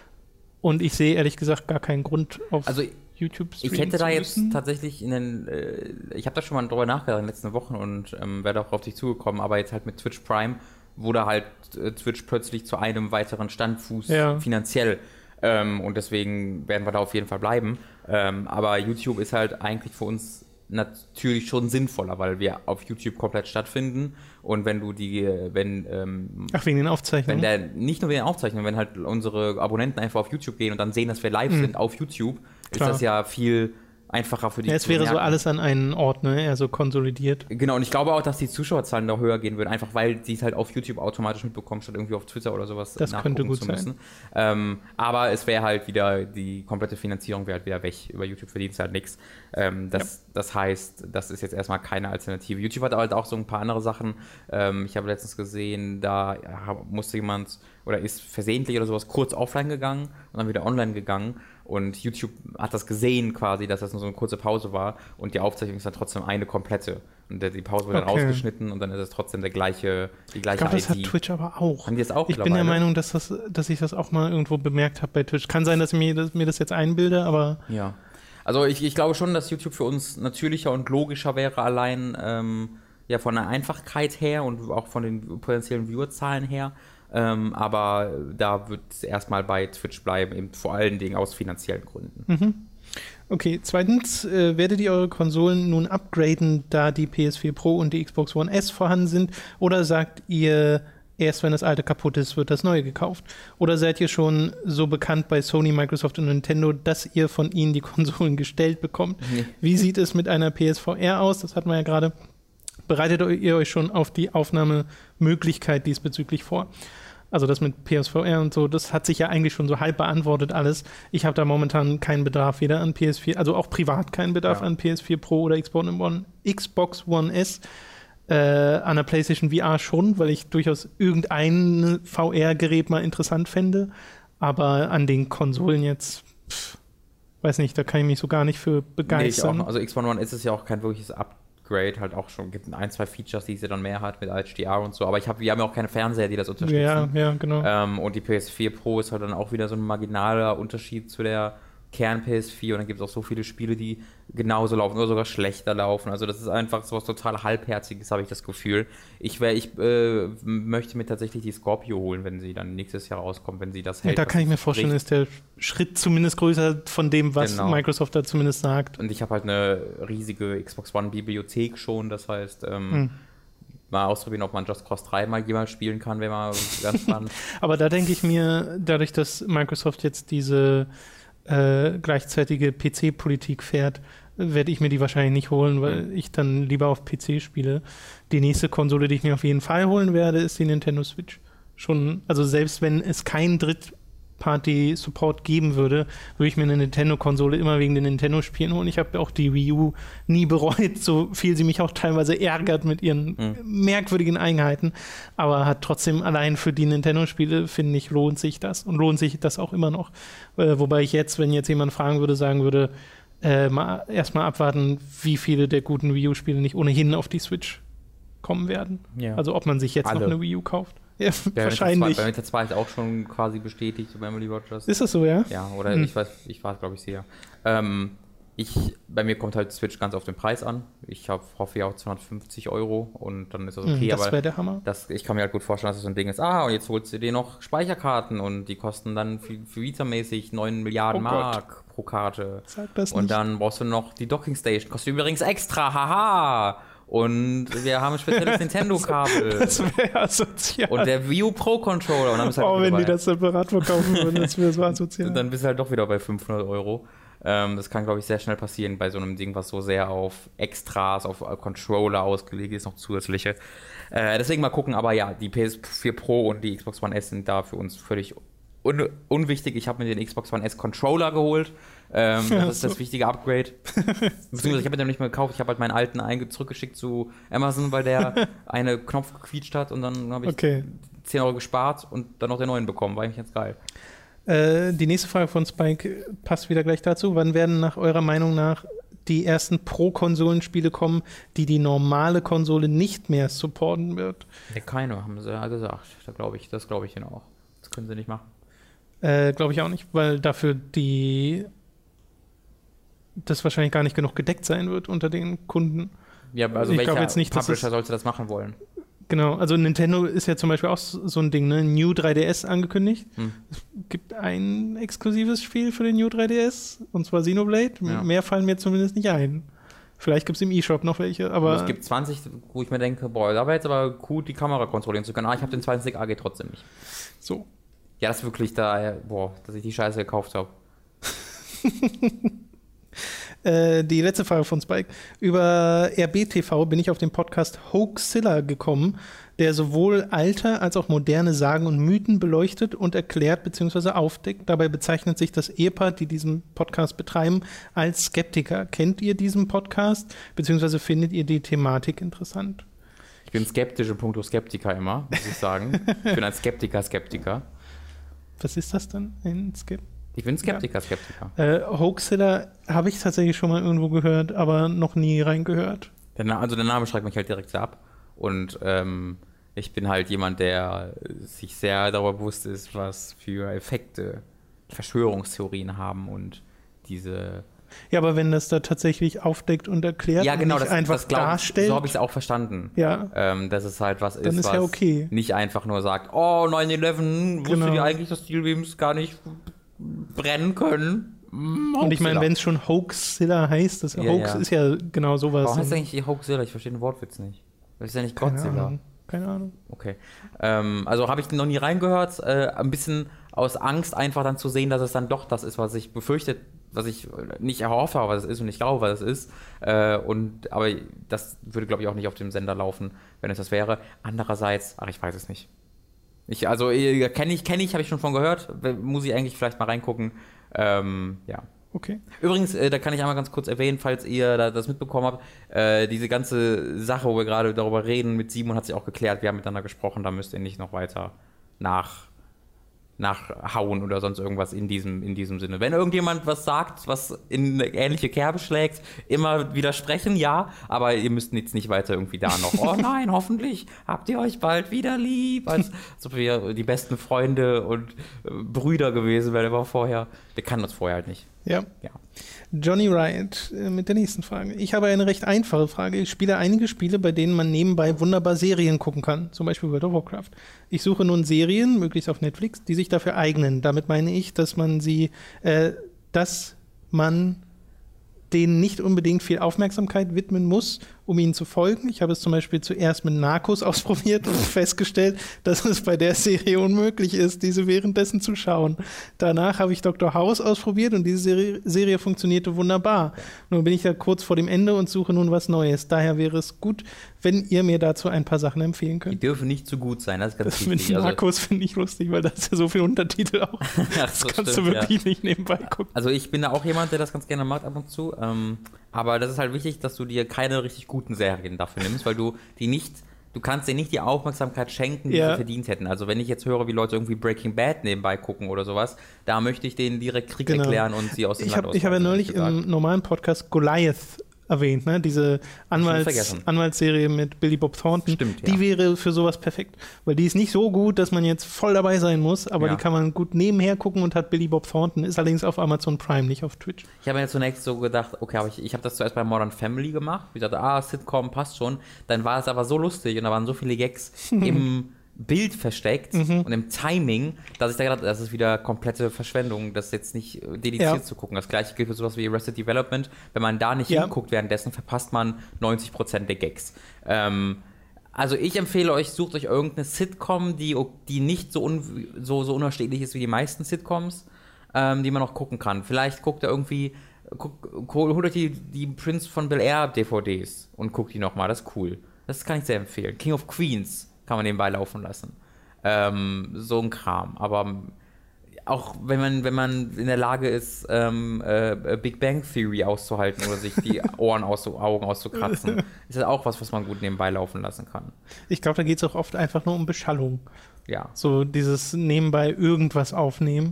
Und ich sehe ehrlich gesagt gar keinen Grund auf also YouTube streamen Ich hätte da jetzt müssen. tatsächlich in den, äh, ich habe da schon mal drüber nachgedacht in den letzten Wochen und ähm, wäre auch auf dich zugekommen, aber jetzt halt mit Twitch Prime wurde halt äh, Twitch plötzlich zu einem weiteren Standfuß ja. finanziell ähm, und deswegen werden wir da auf jeden Fall bleiben. Ähm, aber YouTube ist halt eigentlich für uns natürlich schon sinnvoller, weil wir auf YouTube komplett stattfinden und wenn du die, wenn ähm, Ach, wegen den Aufzeichnungen? Wenn der, nicht nur wegen den Aufzeichnungen, wenn halt unsere Abonnenten einfach auf YouTube gehen und dann sehen, dass wir live mhm. sind auf YouTube, Klar. ist das ja viel einfacher für die. Ja, es wäre merken. So alles an einen Ort, ne, eher so konsolidiert. Genau, und ich glaube auch, dass die Zuschauerzahlen da höher gehen würden, einfach weil sie es halt auf YouTube automatisch mitbekommen, statt irgendwie auf Twitter oder sowas das könnte gut zu sein. müssen. Ähm, aber es wäre halt wieder, die komplette Finanzierung wäre halt wieder weg. Über YouTube verdienst du halt nichts. Ähm, das, ja. das heißt, das ist jetzt erstmal keine Alternative. YouTube hat halt auch so ein paar andere Sachen. Ähm, ich habe letztens gesehen, da ja, musste jemand oder ist versehentlich oder sowas kurz offline gegangen und dann wieder online gegangen. Und YouTube hat das gesehen quasi, dass das nur so eine kurze Pause war und die Aufzeichnung ist dann trotzdem eine komplette. Und die Pause wird dann okay. rausgeschnitten und dann ist es trotzdem der gleiche, die gleiche ich glaube, I D. das hat Twitch aber auch. Haben die das auch Ich bin der Meinung, dass, das, dass ich das auch mal irgendwo bemerkt habe bei Twitch. Kann sein, dass ich mir das, mir das jetzt einbilde, aber... Ja, also ich, ich glaube schon, dass YouTube für uns natürlicher und logischer wäre, allein ähm, ja, von der Einfachkeit her und auch von den potenziellen Viewerzahlen her. Ähm, aber da wird es erstmal bei Twitch bleiben, eben vor allen Dingen aus finanziellen Gründen. Mhm. Okay, zweitens, äh, werdet ihr eure Konsolen nun upgraden, da die P S vier Pro und die Xbox One S vorhanden sind? Oder sagt ihr, erst wenn das alte kaputt ist, wird das neue gekauft? Oder seid ihr schon so bekannt bei Sony, Microsoft und Nintendo, dass ihr von ihnen die Konsolen gestellt bekommt? Nee. Wie sieht es mit einer P S V R aus? Das hatten wir ja gerade. Bereitet ihr euch schon auf die Aufnahmemöglichkeit diesbezüglich vor? Also das mit P S V R und so, das hat sich ja eigentlich schon so halb beantwortet alles. Ich habe da momentan keinen Bedarf weder an P S vier, also auch privat keinen Bedarf ja. an P S vier Pro oder Xbox One, Xbox One S. Äh, an der PlayStation V R schon, weil ich durchaus irgendein V R-Gerät mal interessant fände. Aber an den Konsolen jetzt, pff, weiß nicht, da kann ich mich so gar nicht für begeistern. Nee, also Xbox One ist es ja auch kein wirkliches Upgrade. Halt auch schon, gibt ein, zwei Features, die sie dann mehr hat mit H D R und so, aber ich hab, wir haben ja auch keine Fernseher, die das unterstützen. Ja, ja, genau. Ähm, und die P S vier Pro ist halt dann auch wieder so ein marginaler Unterschied zu der Kern-P S vier und dann gibt es auch so viele Spiele, die genauso laufen oder sogar schlechter laufen. Also das ist einfach so was total Halbherziges, habe ich das Gefühl. Ich, wär, ich äh, möchte mir tatsächlich die Scorpio holen, wenn sie dann nächstes Jahr rauskommt, wenn sie das hält. Ja, da kann ich mir vorstellen, ist der Schritt zumindest größer von dem, was genau. Microsoft da zumindest sagt. Und ich habe halt eine riesige Xbox One-Bibliothek schon, das heißt... Ähm, hm. mal ausprobieren, ob man Just Cause drei mal jemals spielen kann, wenn man ganz spannend. Aber da denke ich mir, dadurch, dass Microsoft jetzt diese äh, gleichzeitige P C-Politik fährt, werde ich mir die wahrscheinlich nicht holen, weil mhm. ich dann lieber auf P C spiele. Die nächste Konsole, die ich mir auf jeden Fall holen werde, ist die Nintendo Switch. Schon, also selbst wenn es kein Dritt Third-Party-Support geben würde, würde ich mir eine Nintendo-Konsole immer wegen den Nintendo-Spielen holen. Ich habe auch die Wii U nie bereut, so viel sie mich auch teilweise ärgert mit ihren mhm. merkwürdigen Eigenheiten. Aber hat trotzdem allein für die Nintendo-Spiele, finde ich, lohnt sich das. Und lohnt sich das auch immer noch. Äh, wobei ich jetzt, wenn jetzt jemand fragen würde, sagen würde, äh, mal erstmal abwarten, wie viele der guten Wii U-Spiele nicht ohnehin auf die Switch kommen werden. Ja. Also ob man sich jetzt Alle. noch eine Wii U kauft. Ja, ja, wahrscheinlich. Bayonetta zwei ist auch schon quasi bestätigt, so bei Emily Rogers. Ist das so, ja? Ja, oder hm. ich weiß, ich war, glaube ich, sehr. Ähm, ich, bei mir kommt halt Switch ganz auf den Preis an. Ich hab, hoffe ja auch zweihundertfünfzig Euro und dann ist das okay. Das wäre der Hammer. Das, ich kann mir halt gut vorstellen, dass das so ein Ding ist. Ah, und jetzt holst du dir noch Speicherkarten und die kosten dann für, für Vita-mäßig neun Milliarden oh Mark Gott. pro Karte. Sag das und nicht. Dann brauchst du noch die Docking Station. Kostet übrigens extra, haha! Und wir haben ein spezielles Nintendo-Kabel. Das wäre asozial. Und der Wii U Pro Controller. Und dann bist halt oh, wenn dabei. die das separat verkaufen würden, das wäre so asozial. Und dann bist du halt doch wieder bei fünfhundert Euro. Ähm, das kann, glaube ich, sehr schnell passieren bei so einem Ding, was so sehr auf Extras, auf Controller ausgelegt ist, noch zusätzliche. Äh, deswegen mal gucken. Aber ja, die P S vier Pro und die Xbox One S sind da für uns völlig un- unwichtig. Ich habe mir den Xbox One S Controller geholt. Ähm, das ja, ist so. Das wichtige Upgrade. Beziehungsweise ich habe den nicht mehr gekauft. Ich habe halt meinen alten einge- zurückgeschickt zu Amazon, weil der eine Knopf gequietscht hat und dann habe ich okay. zehn Euro gespart und dann noch den neuen bekommen. War eigentlich ganz geil. Äh, die nächste Frage von Spike passt wieder gleich dazu. Wann werden nach eurer Meinung nach die ersten Pro-Konsolenspiele kommen, die die normale Konsole nicht mehr supporten wird? Ja, keine, haben sie ja gesagt. Da glaube ich, das glaube ich ihnen auch. Das können sie nicht machen. Äh, glaube ich auch nicht, weil dafür die das wahrscheinlich gar nicht genug gedeckt sein wird unter den Kunden. Ja, also ich welcher jetzt nicht, Publisher sollte das machen wollen? Genau, also Nintendo ist ja zum Beispiel auch so ein Ding, ne? New drei D S angekündigt. Hm. Es gibt ein exklusives Spiel für den New drei D S, und zwar Xenoblade. Ja. Mehr fallen mir zumindest nicht ein. Vielleicht gibt es im E-Shop noch welche, aber... Und es gibt zwanzig, wo ich mir denke, boah, da wäre jetzt aber gut, die Kamera kontrollieren zu können. Ah, ich habe den zwanzig A geht trotzdem nicht. So. Ja, das ist wirklich da, boah, dass ich die Scheiße gekauft habe. äh, die letzte Frage von Spike. Über R B T V bin ich auf den Podcast Hoaxilla gekommen, der sowohl alte als auch moderne Sagen und Mythen beleuchtet und erklärt bzw. aufdeckt. Dabei bezeichnet sich das Ehepaar, die diesen Podcast betreiben, als Skeptiker. Kennt ihr diesen Podcast bzw. findet ihr die Thematik interessant? Ich bin skeptisch in puncto Skeptiker immer, muss ich sagen. Ich bin ein Skeptiker-Skeptiker. Was ist das denn? Ein Skep- ich bin Skeptiker, Skeptiker. Äh, Hoaxilla habe ich tatsächlich schon mal irgendwo gehört, aber noch nie reingehört. Der Na- also der Name schreckt mich halt direkt sehr ab. Und ähm, ich bin halt jemand, der sich sehr darüber bewusst ist, was für Effekte Verschwörungstheorien haben und diese... Ja, aber wenn das da tatsächlich aufdeckt und erklärt ja, genau, und nicht das, einfach das glaub, darstellt. So habe ich es auch verstanden. Ja. Ähm, dass es halt was dann ist, ist was ja okay. nicht einfach nur sagt, oh, neun elf, wusstet genau. ihr eigentlich, dass Steelbeams gar nicht brennen können? Mm, und ich meine, wenn es schon Hoaxilla heißt, das ja, Hoax ja. ist ja genau sowas. Warum heißt eigentlich die Hoaxilla? Ich verstehe den Wortwitz nicht. Das ist ja nicht Keine Godzilla. Ahnung. Keine Ahnung. Okay. Ähm, also habe ich noch nie reingehört. Äh, ein bisschen aus Angst einfach dann zu sehen, dass es dann doch das ist, was ich befürchtet, was ich nicht erhoffe, was es ist und nicht glaube, was es ist. Äh, und, aber das würde, glaube ich, auch nicht auf dem Sender laufen, wenn es das wäre. Andererseits, ach, ich weiß es nicht. Ich, also kenne ich, kenne ich, habe ich schon von gehört. Muss ich eigentlich vielleicht mal reingucken. Ähm, ja. Okay. Übrigens, äh, da kann ich einmal ganz kurz erwähnen, falls ihr da das mitbekommen habt, äh, diese ganze Sache, wo wir gerade darüber reden, mit Simon hat sich auch geklärt, wir haben miteinander gesprochen, da müsst ihr nicht noch weiter nach, nachhauen oder sonst irgendwas in diesem, in diesem Sinne. Wenn irgendjemand was sagt, was in eine ähnliche Kerbe schlägt, immer widersprechen, ja, aber ihr müsst jetzt nicht weiter irgendwie da noch, oh nein, hoffentlich habt ihr euch bald wieder lieb, als, als ob wir die besten Freunde und äh, Brüder gewesen wären, aber vorher, wir kannten uns vorher halt nicht. Ja. ja. Johnny Riot äh, mit der nächsten Frage. Ich habe eine recht einfache Frage. Ich spiele einige Spiele, bei denen man nebenbei wunderbar Serien gucken kann. Zum Beispiel World of Warcraft. Ich suche nun Serien, möglichst auf Netflix, die sich dafür eignen. Damit meine ich, dass man sie, äh, dass man denen nicht unbedingt viel Aufmerksamkeit widmen muss um ihnen zu folgen. Ich habe es zum Beispiel zuerst mit Narcos ausprobiert und festgestellt, dass es bei der Serie unmöglich ist, diese währenddessen zu schauen. Danach habe ich Doktor House ausprobiert und diese Serie, Serie funktionierte wunderbar. Nun bin ich ja kurz vor dem Ende und suche nun was Neues. Daher wäre es gut, wenn ihr mir dazu ein paar Sachen empfehlen könnt. Die dürfen nicht zu gut sein, das ist ganz das wichtig. Mit Narcos also, finde ich lustig, weil da ist ja so viel Untertitel auch. Das so kannst stimmt, du wirklich ja. nicht nebenbei gucken. Also ich bin da auch jemand, der das ganz gerne macht ab und zu. Ähm, aber das ist halt wichtig, dass du dir keine richtig guten Serien dafür nimmst, weil du die nicht, du kannst denen nicht die Aufmerksamkeit schenken, die ja. sie verdient hätten. Also wenn ich jetzt höre, wie Leute irgendwie Breaking Bad nebenbei gucken oder sowas, da möchte ich denen direkt Krieg genau. erklären und sie aus dem ich Land hab, Ich habe ja neulich im normalen Podcast Goliath erwähnt, ne? Diese Anwalts, Anwaltsserie mit Billy Bob Thornton. Stimmt, die ja. wäre für sowas perfekt, weil die ist nicht so gut, dass man jetzt voll dabei sein muss, aber ja. die kann man gut nebenher gucken und hat Billy Bob Thornton, ist allerdings auf Amazon Prime, nicht auf Twitch. Ich habe mir zunächst so gedacht, okay, aber ich, ich habe das zuerst bei Modern Family gemacht, ich dachte, ah, Sitcom passt schon, dann war es aber so lustig und da waren so viele Gags im Bild versteckt mhm. und im Timing, dass ich da gedacht habe, das ist wieder komplette Verschwendung, das jetzt nicht dediziert ja. zu gucken. Das gleiche gilt für sowas wie Arrested Development. Wenn man da nicht ja. hinguckt währenddessen, verpasst man neunzig Prozent der Gags. Ähm, also ich empfehle euch, sucht euch irgendeine Sitcom, die, die nicht so, un, so, so unerstehlich ist wie die meisten Sitcoms, ähm, die man noch gucken kann. Vielleicht guckt ihr irgendwie, guckt, holt euch die, die Prince von Bel-Air D V Ds und guckt die nochmal, das ist cool. Das kann ich sehr empfehlen. King of Queens kann man nebenbei laufen lassen. Ähm, so ein Kram. Aber auch wenn man, wenn man in der Lage ist, ähm, äh, Big Bang Theory auszuhalten oder sich die Ohren aus, Augen auszukratzen, ist das auch was, was man gut nebenbei laufen lassen kann. Ich glaube, da geht es auch oft einfach nur um Beschallung. Ja. So dieses nebenbei irgendwas aufnehmen,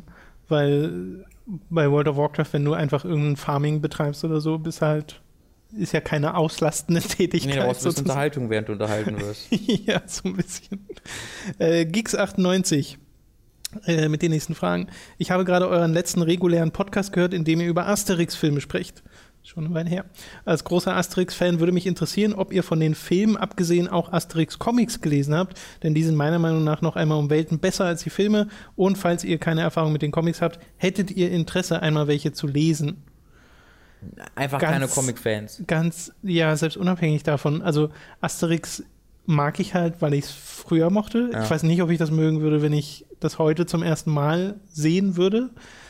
weil bei World of Warcraft, wenn du einfach irgendein Farming betreibst oder so, bist halt ist ja keine auslastende Tätigkeit. Nee, du brauchst ein bisschen Unterhaltung, während du unterhalten wirst. Ja, so ein bisschen. Äh, Geeks achtundneunzig äh, mit den nächsten Fragen. Ich habe gerade euren letzten regulären Podcast gehört, in dem ihr über Asterix-Filme sprecht. Schon eine Weile her. Als großer Asterix-Fan würde mich interessieren, ob ihr von den Filmen abgesehen auch Asterix-Comics gelesen habt, denn die sind meiner Meinung nach noch einmal um Welten besser als die Filme. Und falls ihr keine Erfahrung mit den Comics habt, hättet ihr Interesse, einmal welche zu lesen? Einfach ganz, keine Comic-Fans. Ganz, ja, selbst unabhängig davon. Also Asterix mag ich halt, weil ich es früher mochte. Ja. Ich weiß nicht, ob ich das mögen würde, wenn ich das heute zum ersten Mal sehen würde.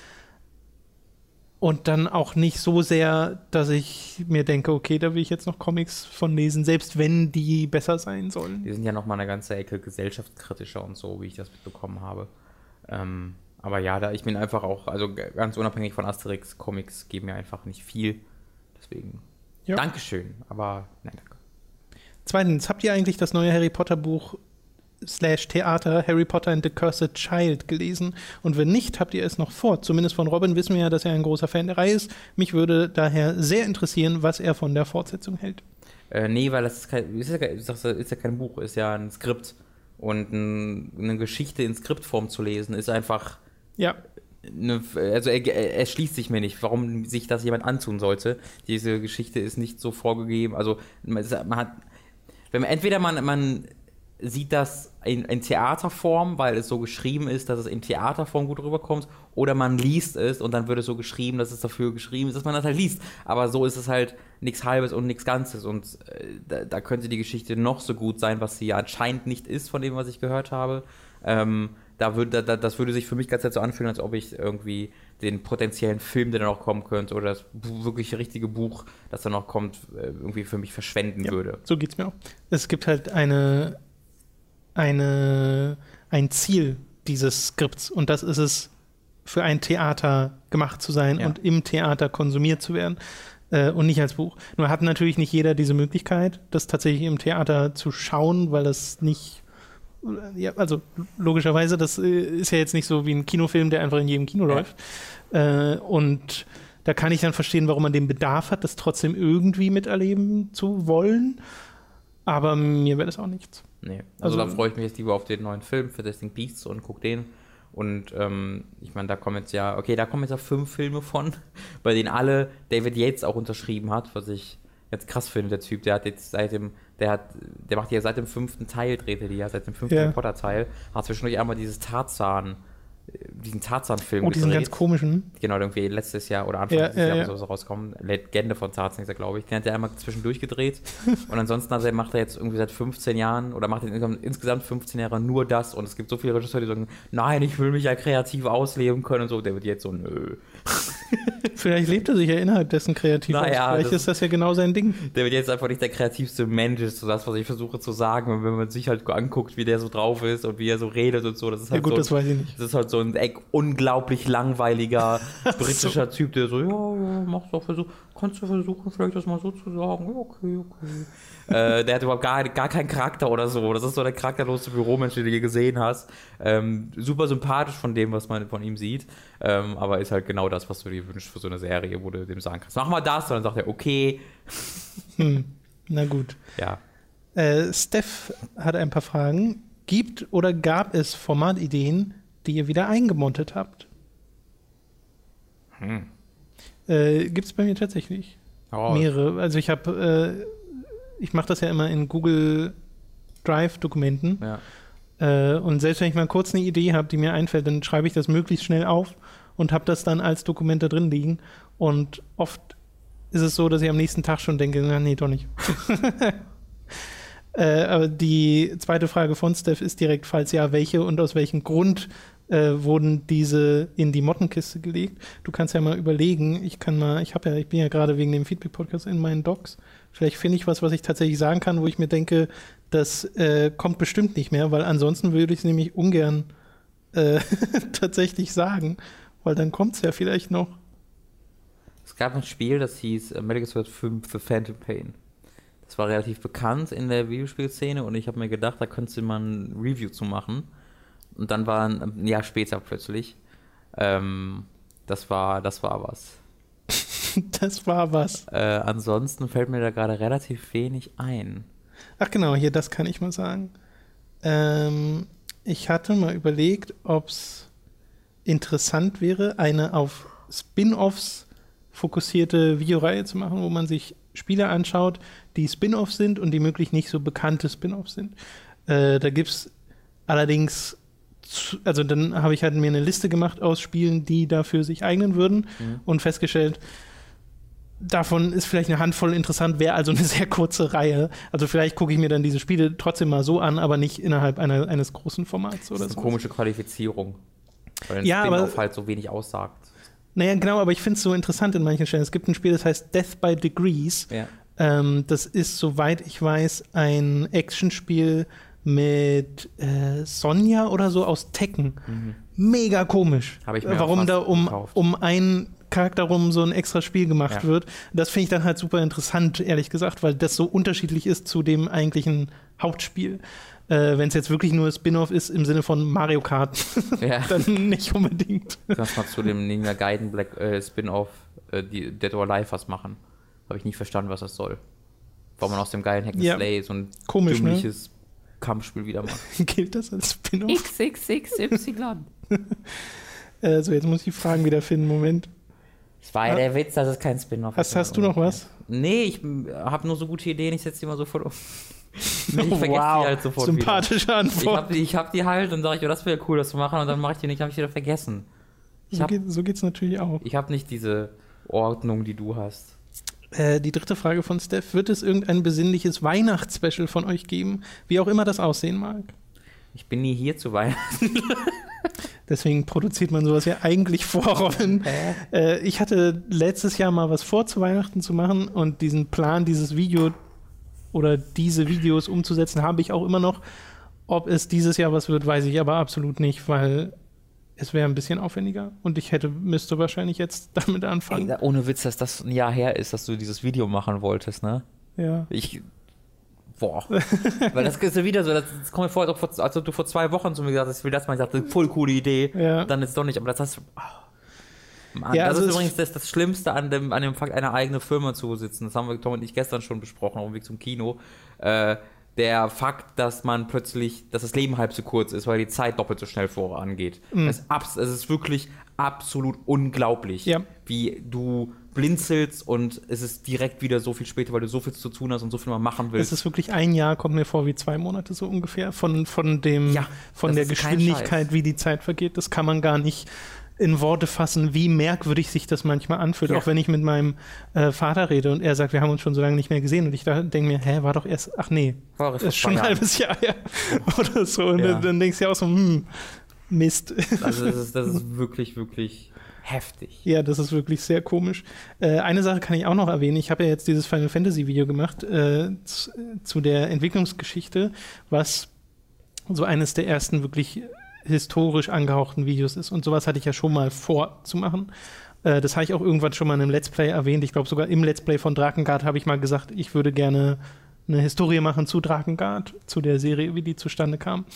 Und dann auch nicht so sehr, dass ich mir denke, okay, da will ich jetzt noch Comics von lesen, selbst wenn die besser sein sollen. Die sind ja noch mal eine ganze Ecke gesellschaftskritischer und so, wie ich das mitbekommen habe. Ähm Aber ja, da ich bin einfach auch, also ganz unabhängig von Asterix, Comics geben mir einfach nicht viel. Deswegen, ja. Dankeschön, aber nein, danke. Zweitens, habt ihr eigentlich das neue Harry Potter Buch slash Theater Harry Potter and the Cursed Child gelesen? Und wenn nicht, habt ihr es noch vor? Zumindest von Robin wissen wir ja, dass er ein großer Fan der Reihe ist. Mich würde daher sehr interessieren, was er von der Fortsetzung hält. Äh, nee, weil das ist, kein, ist, ja, ist ja kein Buch, ist ja ein Skript. Und ein, eine Geschichte in Skriptform zu lesen, ist einfach ja. Eine, also er, er, er schließt sich mir nicht, warum sich das jemand antun sollte. Diese Geschichte ist nicht so vorgegeben. Also man, man hat, wenn man entweder man, man sieht das in, in Theaterform, weil es so geschrieben ist, dass es in Theaterform gut rüberkommt, oder man liest es und dann wird es so geschrieben, dass es dafür geschrieben ist, dass man das halt liest. Aber so ist es halt nichts Halbes und nichts Ganzes und äh, da, da könnte die Geschichte noch so gut sein, was sie ja anscheinend nicht ist, von dem, was ich gehört habe. Ähm, da würd, da, das würde sich für mich ganz so anfühlen, als ob ich irgendwie den potenziellen Film, der dann noch kommen könnte, oder das wirklich richtige Buch, das dann noch kommt, irgendwie für mich verschwenden ja, würde. So geht's mir auch. Es gibt halt eine, eine, ein Ziel dieses Skripts und das ist es, für ein Theater gemacht zu sein ja. und im Theater konsumiert zu werden äh, und nicht als Buch. Nur hat natürlich nicht jeder diese Möglichkeit, das tatsächlich im Theater zu schauen, weil das nicht Ja, also logischerweise, das ist ja jetzt nicht so wie ein Kinofilm, der einfach in jedem Kino ja. läuft. Äh, und da kann ich dann verstehen, warum man den Bedarf hat, das trotzdem irgendwie miterleben zu wollen. Aber mir wäre das auch nichts. Nee, also, also da freue ich mich jetzt lieber auf den neuen Film für Fantastic Beasts und guck den. Und ähm, ich meine, da kommen jetzt ja, okay, da kommen jetzt ja fünf Filme von, bei denen alle David Yates auch unterschrieben hat, was ich jetzt krass finde, der Typ, der hat jetzt seit dem, der hat, der macht ja seit dem fünften Teil, dreht er die ja, seit dem fünften ja. Potter-Teil, hat zwischendurch einmal dieses Tarzan diesen Tarzan-Film Oh, diesen gedreht. ganz komischen. Genau, irgendwie letztes Jahr oder Anfang Ja, dieses ja, Jahres ja. so rauskommen. Legende von Tarzan ist er, glaube ich. Den hat er einmal zwischendurch gedreht. Und ansonsten also, macht er jetzt irgendwie seit fünfzehn Jahren oder macht er insgesamt fünfzehn Jahre nur das. Und es gibt so viele Regisseure, die sagen, nein, ich will mich ja kreativ ausleben können und so. Der wird jetzt so, nö. Vielleicht lebt er sich ja innerhalb dessen kreativ Naja, aus. Vielleicht das- ist das ja genau sein Ding. Der wird jetzt einfach nicht der kreativste Mensch, ist so das, was ich versuche zu sagen. Und wenn man sich halt anguckt, wie der so drauf ist und wie er so redet und so, das ist Ja halt gut, so, das weiß ich nicht. das ist halt so ein echt unglaublich langweiliger britischer Typ, der so, ja, ja, mach's doch versuch, kannst du versuchen, vielleicht das mal so zu sagen, ja, okay, okay. äh, der hat überhaupt gar, gar keinen Charakter oder so. Das ist so der charakterlose Büromensch, den du je gesehen hast. Ähm, super sympathisch von dem, was man von ihm sieht. Ähm, aber ist halt genau das, was du dir wünschst für so eine Serie, wo du dem sagen kannst, mach mal das. Und dann sagt er, okay. Hm. Na gut. Ja. Äh, Steph hat ein paar Fragen. Gibt oder gab es Formatideen, die ihr wieder eingemontet habt? Hm. Äh, Gibt es bei mir tatsächlich Oh, mehrere. Also ich habe, äh, ich mache das ja immer in Google Drive-Dokumenten. ja. Äh, und selbst wenn ich mal kurz eine Idee habe, die mir einfällt, dann schreibe ich das möglichst schnell auf und habe das dann als Dokument da drin liegen. Und oft ist es so, dass ich am nächsten Tag schon denke, na, nee, doch nicht. äh, aber die zweite Frage von Steph ist direkt, falls ja, welche und aus welchem Grund äh, wurden diese in die Mottenkiste gelegt? Du kannst ja mal überlegen, ich kann mal, ich habe ja, ich bin ja gerade wegen dem Feedback-Podcast in meinen Docs. Vielleicht finde ich was, was ich tatsächlich sagen kann, wo ich mir denke, das äh, kommt bestimmt nicht mehr, weil ansonsten würde ich es nämlich ungern äh, tatsächlich sagen, weil dann kommt es ja vielleicht noch. Es gab ein Spiel, das hieß äh, Metal Gear Solid fünf The Phantom Pain. Das war relativ bekannt in der Videospielszene und ich habe mir gedacht, da könntest du mal ein Review zu machen. Und dann war ein, ein Jahr später plötzlich. Ähm, das war, das war was. Das war was. Äh, ansonsten fällt mir da gerade relativ wenig ein. Ach genau, hier, das kann ich mal sagen. Ähm, ich hatte mal überlegt, ob es interessant wäre, eine auf Spin-Offs fokussierte Videoreihe zu machen, wo man sich Spiele anschaut, die Spin-Offs sind und die möglich nicht so bekannte Spin-Offs sind. Äh, da gibt es allerdings, zu, also dann habe ich halt mir eine Liste gemacht aus Spielen, die dafür sich eignen würden Mhm. und festgestellt, davon ist vielleicht eine Handvoll interessant, wäre also eine sehr kurze Reihe. Also vielleicht gucke ich mir dann diese Spiele trotzdem mal so an, aber nicht innerhalb einer, eines großen Formats Das oder ist so. eine komische Qualifizierung. Weil ein Ja, aber- Spin-Off halt so wenig aussagt. Naja, genau, aber ich finde es so interessant in manchen Stellen. Es gibt ein Spiel, das heißt Death by Degrees. Ja. Ähm, das ist, soweit ich weiß, ein Actionspiel mit äh, Sonja oder so aus Tekken. Mhm. Mega komisch. Habe ich mir Warum auch da fast um, gekauft. um einen Charakter rum so ein extra Spiel gemacht Ja. wird. Das finde ich dann halt super interessant, ehrlich gesagt, weil das so unterschiedlich ist zu dem eigentlichen Hauptspiel. Äh, Wenn es jetzt wirklich nur Spin-off ist im Sinne von Mario Kart, Ja. dann nicht unbedingt. Du kannst mal zu dem Ninja Gaiden Black äh, Spin-Off äh, die Dead or Alive was machen. Habe ich nicht verstanden, was das soll. Warum man aus dem geilen Hack and Ja. Slay so ein Komisch, ne? dümmliches Kampfspiel wieder macht. Gilt das als Spin-off? X X X Y. Äh, so, jetzt muss ich die Fragen wieder finden. Moment. Das war ja der Witz, dass es kein Spin-Off Hast, ist. hast du noch was? Nee, ich habe nur so gute Ideen, ich setze die mal sofort um. Nee, ich vergesse wow, die halt sofort sympathische wieder. Ich Antwort. habe die, ich hab die halt und sage ich, oh, das wäre cool, das zu machen und dann mache ich die nicht, habe ich wieder vergessen. Ich So, habe geht, so geht's natürlich auch. ich hab nicht diese Ordnung, die du hast. Äh, die dritte Frage von Steph. Wird es irgendein besinnliches Weihnachtsspecial von euch geben? Wie auch immer das aussehen mag. Ich bin nie hier zu Weihnachten. Deswegen produziert man sowas ja eigentlich Vorrollen. Hä? Äh, ich hatte letztes Jahr mal was vor, zu Weihnachten zu machen und diesen Plan, dieses Video oder diese Videos umzusetzen, habe ich auch immer noch. Ob es dieses Jahr was wird, weiß ich aber absolut nicht, weil es wäre ein bisschen aufwendiger und ich hätte, müsste wahrscheinlich jetzt damit anfangen. Ey, ohne Witz, dass das ein Jahr her ist, dass du dieses Video machen wolltest, ne? Ja. Ich. Boah. Weil das ist ja wieder so, das, das kommt mir vor, als ob, vor, als ob du vor zwei Wochen zu mir gesagt hast, ich will das mal, ich dachte, voll coole Idee. Ja. Dann ist doch nicht, aber das hast du. Oh. Mann, Ja, das also ist es- übrigens das, das Schlimmste an dem, an dem Fakt, eine eigene Firma zu sitzen. Das haben wir Tom und ich gestern schon besprochen, auf dem Weg zum Kino. Äh, der Fakt, dass man plötzlich, dass das Leben halb so kurz ist, weil die Zeit doppelt so schnell vorangeht. Mhm. Es, ist abs- es ist wirklich absolut unglaublich, ja. wie du blinzelst und es ist direkt wieder so viel später, weil du so viel zu tun hast und so viel mal machen willst. Es ist wirklich ein Jahr, kommt mir vor wie zwei Monate so ungefähr, von, von, dem, ja, von der Geschwindigkeit, wie die Zeit vergeht. Das kann man gar nicht in Worte fassen, wie merkwürdig sich das manchmal anfühlt. Ja. Auch wenn ich mit meinem äh, Vater rede und er sagt, wir haben uns schon so lange nicht mehr gesehen und ich denke mir, hä, war doch erst, ach nee, war ist schon ein halbes Jahr her oder so. Und ja. dann denkst du ja auch so, hm, Mist. Also das ist, das ist wirklich, wirklich heftig. Ja, das ist wirklich sehr komisch. Äh, eine Sache kann ich auch noch erwähnen. Ich habe ja jetzt dieses Final Fantasy Video gemacht äh, zu, zu der Entwicklungsgeschichte, was so eines der ersten wirklich historisch angehauchten Videos ist. Und sowas hatte ich ja schon mal vor zu machen. Äh, das habe ich auch irgendwann schon mal in einem Let's Play erwähnt. Ich glaube, sogar im Let's Play von Drakengard habe ich mal gesagt, ich würde gerne eine Historie machen zu Drakengard, zu der Serie, wie die zustande kam.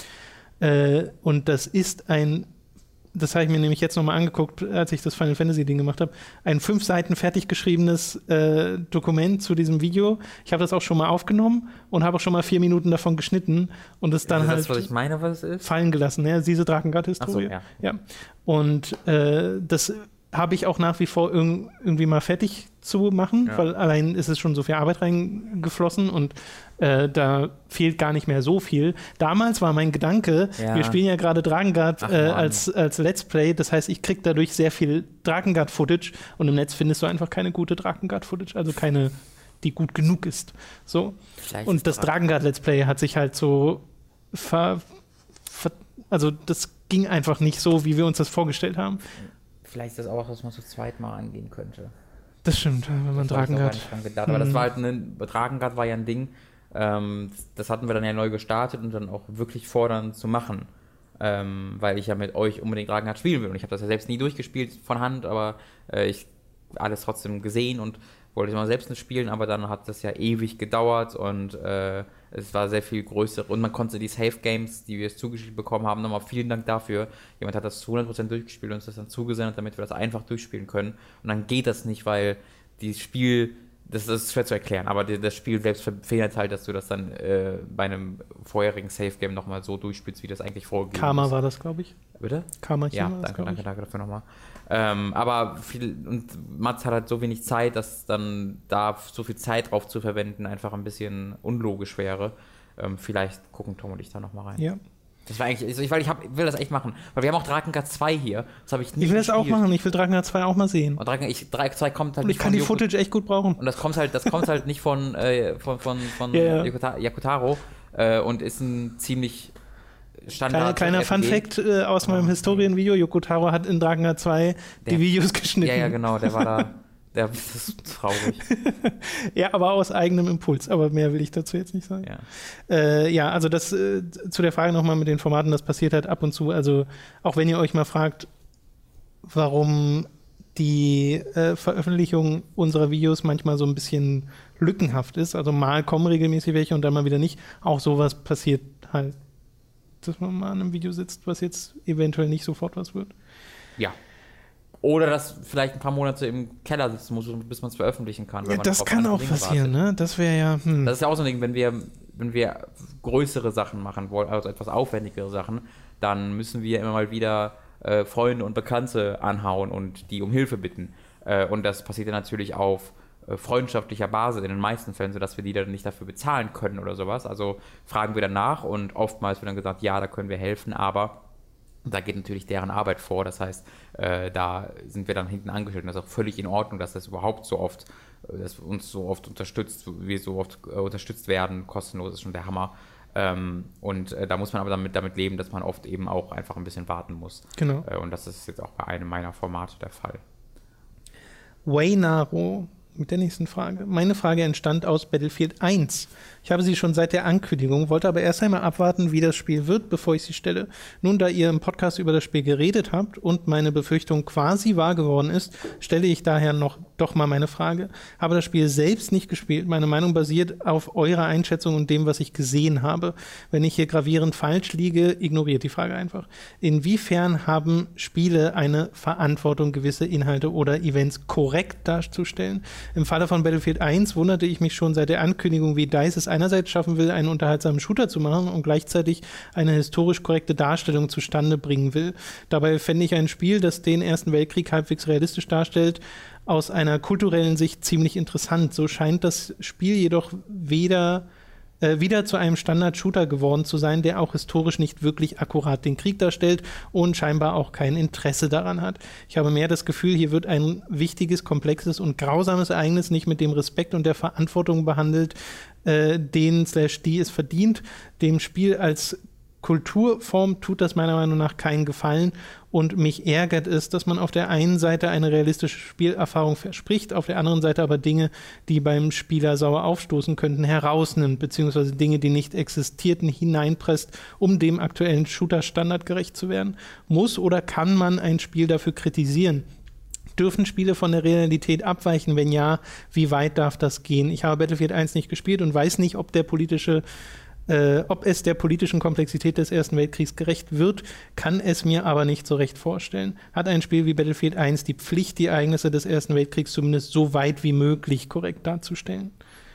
Äh, und das ist ein, das habe ich mir nämlich jetzt nochmal angeguckt, als ich das Final Fantasy Ding gemacht habe, ein fünf Seiten fertig geschriebenes äh, Dokument zu diesem Video. Ich habe das auch schon mal aufgenommen und habe auch schon mal vier Minuten davon geschnitten und es dann ist halt das, was ich meine, was es ist? fallen gelassen. Ja, diese Drakengard-Historie. So, ja. ja. Und äh, das habe ich auch nach wie vor irg- irgendwie mal fertig zu machen, ja. weil allein ist es schon so viel Arbeit reingeflossen und äh, da fehlt gar nicht mehr so viel. Damals war mein Gedanke, ja. wir spielen ja gerade Drakengard äh, als, als Let's Play, das heißt, ich kriege dadurch sehr viel Drakengard-Footage und im Netz findest du einfach keine gute Drakengard-Footage, also keine, die gut genug ist. So. Und das Drakengard-Let's Play hat sich halt so ver, ver, also das ging einfach nicht so, wie wir uns das vorgestellt haben. Vielleicht ist das auch, was man zu zweit mal angehen könnte. Das stimmt, wenn man Drakengard. Hm. Aber das war halt ein, Drakengard war ja ein Ding, ähm, das hatten wir dann ja neu gestartet und dann auch wirklich fordern zu machen. Ähm, weil ich ja mit euch unbedingt Drakengard spielen will. Und ich habe das ja selbst nie durchgespielt von Hand, aber äh, ich alles trotzdem gesehen und wollte es mal selbst nicht spielen, aber dann hat das ja ewig gedauert und äh, es war sehr viel größer und man konnte die Safe-Games, die wir jetzt zugeschickt bekommen haben, nochmal vielen Dank dafür. Jemand hat das zu hundert Prozent durchgespielt und uns das dann zugesendet, damit wir das einfach durchspielen können. Und dann geht das nicht, weil das Spiel, das, das ist schwer zu erklären, aber das Spiel selbst verhindert halt, dass du das dann äh, bei einem vorherigen Safe-Game nochmal so durchspielst, wie das eigentlich vorgegeben Karma ist. war das, glaube ich. Bitte? Karma Ja, war das, danke, danke, danke dafür nochmal. Ähm, aber viel, und Mats hat halt so wenig Zeit, dass dann da so viel Zeit drauf zu verwenden einfach ein bisschen unlogisch wäre. Ähm, vielleicht gucken Tom und ich da nochmal rein. Ja. Das war eigentlich, ich, weil ich hab, will das echt machen. Weil wir haben auch Drakengard zwei hier. Das habe ich nie Ich will das gespielt. auch machen. Ich will Drakengard zwei auch mal sehen. Und Drakengard zwei kommt halt und ich nicht kann von die Footage echt gut brauchen. Und das kommt halt, das kommt halt nicht von, äh, von, von, von ja, ja. Yakuta- Yakutaro äh, und ist ein ziemlich Standard. Kleiner, kleiner Fun-Fact äh, aus meinem oh, Historienvideo: Yoko hat in Drakengard zwei der, die Videos geschnitten. Ja, ja, genau, der war da. Der, das ist traurig. Ja, aber aus eigenem Impuls. Aber mehr will ich dazu jetzt nicht sagen. Ja, äh, ja also das äh, zu der Frage nochmal mit den Formaten, das passiert halt ab und zu. Also auch wenn ihr euch mal fragt, warum die äh, Veröffentlichung unserer Videos manchmal so ein bisschen lückenhaft ist. Also mal kommen regelmäßig welche und dann mal wieder nicht. Auch sowas passiert halt, dass man mal an einem Video sitzt, was jetzt eventuell nicht sofort was wird. Ja. Oder dass vielleicht ein paar Monate im Keller sitzen muss, bis man es veröffentlichen kann. Ja, das kann auch passieren, ne? Das wäre ja... Hm. Das ist ja auch so ein Ding, wenn wir, wenn wir größere Sachen machen wollen, also etwas aufwendigere Sachen, dann müssen wir immer mal wieder äh, Freunde und Bekannte anhauen und die um Hilfe bitten. Äh, und das passiert ja natürlich auf äh, freundschaftlicher Basis in den meisten Fällen, sodass wir die dann nicht dafür bezahlen können oder sowas. Also fragen wir dann nach und oftmals wird dann gesagt, ja, da können wir helfen, aber da geht natürlich deren Arbeit vor, das heißt, äh, da sind wir dann hinten angestellt und das ist auch völlig in Ordnung, dass das überhaupt so oft, äh, dass uns so oft unterstützt, wir so oft äh, unterstützt werden, kostenlos ist schon der Hammer. Ähm, und äh, da muss man aber damit, damit leben, dass man oft eben auch einfach ein bisschen warten muss. Genau. Äh, und das ist jetzt auch bei einem meiner Formate der Fall. Waynaro mit der nächsten Frage. Meine Frage entstand aus Battlefield eins. Ich habe sie schon seit der Ankündigung, wollte aber erst einmal abwarten, wie das Spiel wird, bevor ich sie stelle. Nun, da ihr im Podcast über das Spiel geredet habt und meine Befürchtung quasi wahr geworden ist, stelle ich daher noch doch mal meine Frage. Habe das Spiel selbst nicht gespielt. Meine Meinung basiert auf eurer Einschätzung und dem, was ich gesehen habe. Wenn ich hier gravierend falsch liege, ignoriert die Frage einfach. Inwiefern haben Spiele eine Verantwortung, gewisse Inhalte oder Events korrekt darzustellen? Im Falle von Battlefield eins wunderte ich mich schon seit der Ankündigung, wie DICE es einerseits schaffen will, einen unterhaltsamen Shooter zu machen und gleichzeitig eine historisch korrekte Darstellung zustande bringen will. Dabei fände ich ein Spiel, das den Ersten Weltkrieg halbwegs realistisch darstellt, aus einer kulturellen Sicht ziemlich interessant. So scheint das Spiel jedoch weder Äh, wieder zu einem Standard-Shooter geworden zu sein, der auch historisch nicht wirklich akkurat den Krieg darstellt und scheinbar auch kein Interesse daran hat. Ich habe mehr das Gefühl, hier wird ein wichtiges, komplexes und grausames Ereignis nicht mit dem Respekt und der Verantwortung behandelt, äh, den slash die es verdient. Dem Spiel als Kulturform tut das meiner Meinung nach keinen Gefallen und mich ärgert es, dass man auf der einen Seite eine realistische Spielerfahrung verspricht, auf der anderen Seite aber Dinge, die beim Spieler sauer aufstoßen könnten, herausnimmt, beziehungsweise Dinge, die nicht existierten, hineinpresst, um dem aktuellen Shooter-Standard gerecht zu werden. Muss oder kann man ein Spiel dafür kritisieren? Dürfen Spiele von der Realität abweichen? Wenn ja, wie weit darf das gehen? Ich habe Battlefield eins nicht gespielt und weiß nicht, ob der politische Äh, ob es der politischen Komplexität des Ersten Weltkriegs gerecht wird, kann es mir aber nicht so recht vorstellen. Hat ein Spiel wie Battlefield eins die Pflicht, die Ereignisse des Ersten Weltkriegs zumindest so weit wie möglich korrekt darzustellen?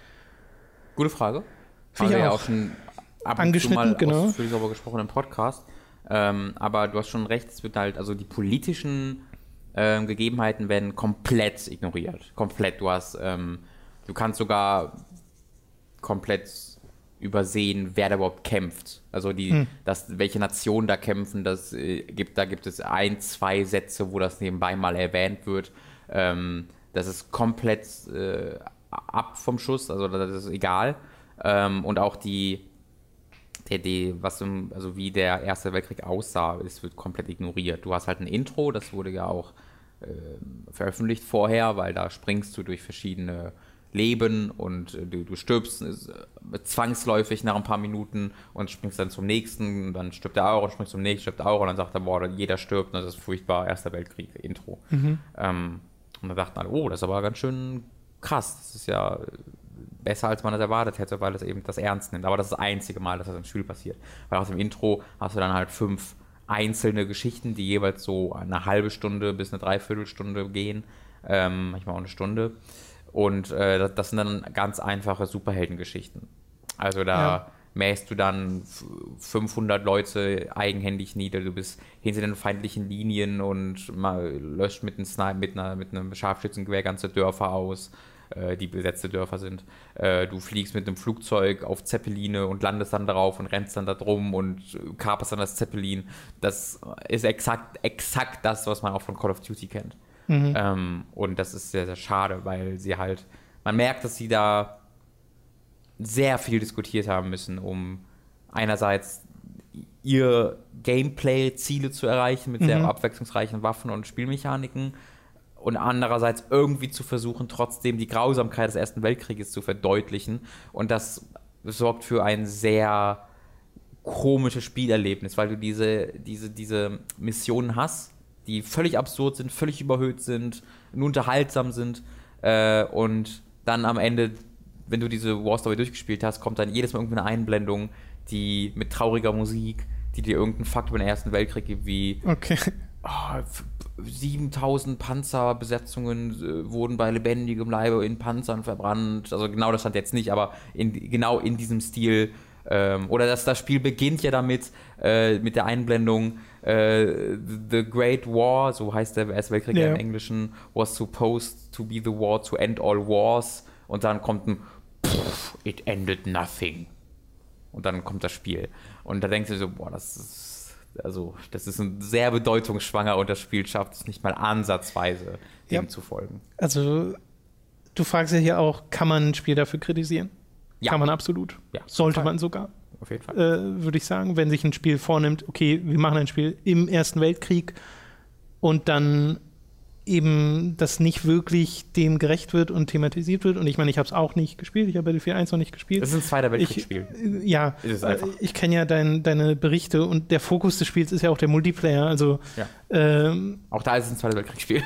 Gute Frage. Haben wir ja auch auch schon ab und zu angeschnitten, mal genau. ausführlich darüber gesprochen im Podcast. Ähm, aber du hast schon recht, es wird halt, also die politischen ähm, Gegebenheiten werden komplett ignoriert. Komplett. Du hast, ähm, du kannst sogar komplett übersehen, wer da überhaupt kämpft. Also die, hm. das, welche Nationen da kämpfen, das äh, gibt, da gibt es ein, zwei Sätze, wo das nebenbei mal erwähnt wird. Ähm, das ist komplett äh, ab vom Schuss, also das ist egal. Ähm, und auch die, die, die was im, also wie der Erste Weltkrieg aussah, es wird komplett ignoriert. Du hast halt ein Intro, das wurde ja auch äh, veröffentlicht vorher, weil da springst du durch verschiedene Leben und du, du stirbst äh, zwangsläufig nach ein paar Minuten und springst dann zum nächsten, und dann stirbt der auch und springst zum nächsten, stirbt der auch und dann sagt er, boah, jeder stirbt und das ist furchtbar, Erster Weltkrieg, Intro. Mhm. Ähm, und dann dachten alle, oh, das ist aber ganz schön krass, das ist ja besser, als man das erwartet hätte, weil das eben das ernst nimmt. Aber das ist das einzige Mal, dass das im Spiel passiert. Weil aus dem Intro hast du dann halt fünf einzelne Geschichten, die jeweils so eine halbe Stunde bis eine Dreiviertelstunde gehen, ähm, manchmal auch eine Stunde. Und äh, das, das sind dann ganz einfache Superheldengeschichten. Also da ja. mähst du dann fünfhundert Leute eigenhändig nieder, du bist hinter den feindlichen Linien und mal löscht mit einem, Snipe, mit, einer, mit einem Scharfschützengewehr ganze Dörfer aus, äh, die besetzte Dörfer sind. Äh, du fliegst mit einem Flugzeug auf Zeppeline und landest dann darauf und rennst dann da drum und kaperst dann das Zeppelin. Das ist exakt, exakt das, was man auch von Call of Duty kennt. Mhm. Ähm, und das ist sehr, sehr schade, weil sie halt, man merkt, dass sie da sehr viel diskutiert haben müssen, um einerseits ihr Gameplay-Ziele zu erreichen mit mhm. sehr abwechslungsreichen Waffen und Spielmechaniken und andererseits irgendwie zu versuchen, trotzdem die Grausamkeit des Ersten Weltkrieges zu verdeutlichen, und das sorgt für ein sehr komisches Spielerlebnis, weil du diese, diese, diese Missionen hast, die völlig absurd sind, völlig überhöht sind, nur unterhaltsam sind äh, und dann am Ende, wenn du diese War Story durchgespielt hast, kommt dann jedes Mal irgendeine Einblendung, die mit trauriger Musik, die dir irgendeinen Fakt über den Ersten Weltkrieg gibt, wie okay. oh, siebentausend Panzerbesetzungen äh, wurden bei lebendigem Leibe in Panzern verbrannt. Also genau das stand jetzt nicht, aber in, genau in diesem Stil. Ähm, oder das, das Spiel beginnt ja damit, äh, mit der Einblendung äh, The Great War, so heißt der Erste Weltkrieg ja. im Englischen, was supposed to be the war to end all wars. Und dann kommt ein Pff, it ended nothing. Und dann kommt das Spiel. Und da denkst du so, boah, das ist, also, das ist ein sehr bedeutungsschwanger, und das Spiel schafft es nicht mal ansatzweise, dem ja. zu folgen. Also, du fragst ja hier auch, kann man ein Spiel dafür kritisieren? Ja. Kann man absolut. Ja, sollte man sogar. Auf jeden Fall. Äh, würde ich sagen, wenn sich ein Spiel vornimmt, okay, wir machen ein Spiel im Ersten Weltkrieg und dann eben das nicht wirklich dem gerecht wird und thematisiert wird. Und ich meine, ich habe es auch nicht gespielt. Ich habe Battlefield eins noch nicht gespielt. Das ist ein Zweiter Weltkriegsspiel. Ich, ja, ist es ich kenne ja dein, deine Berichte, und der Fokus des Spiels ist ja auch der Multiplayer. Also, ja. ähm, auch da ist es ein Zweiter Weltkriegsspiel.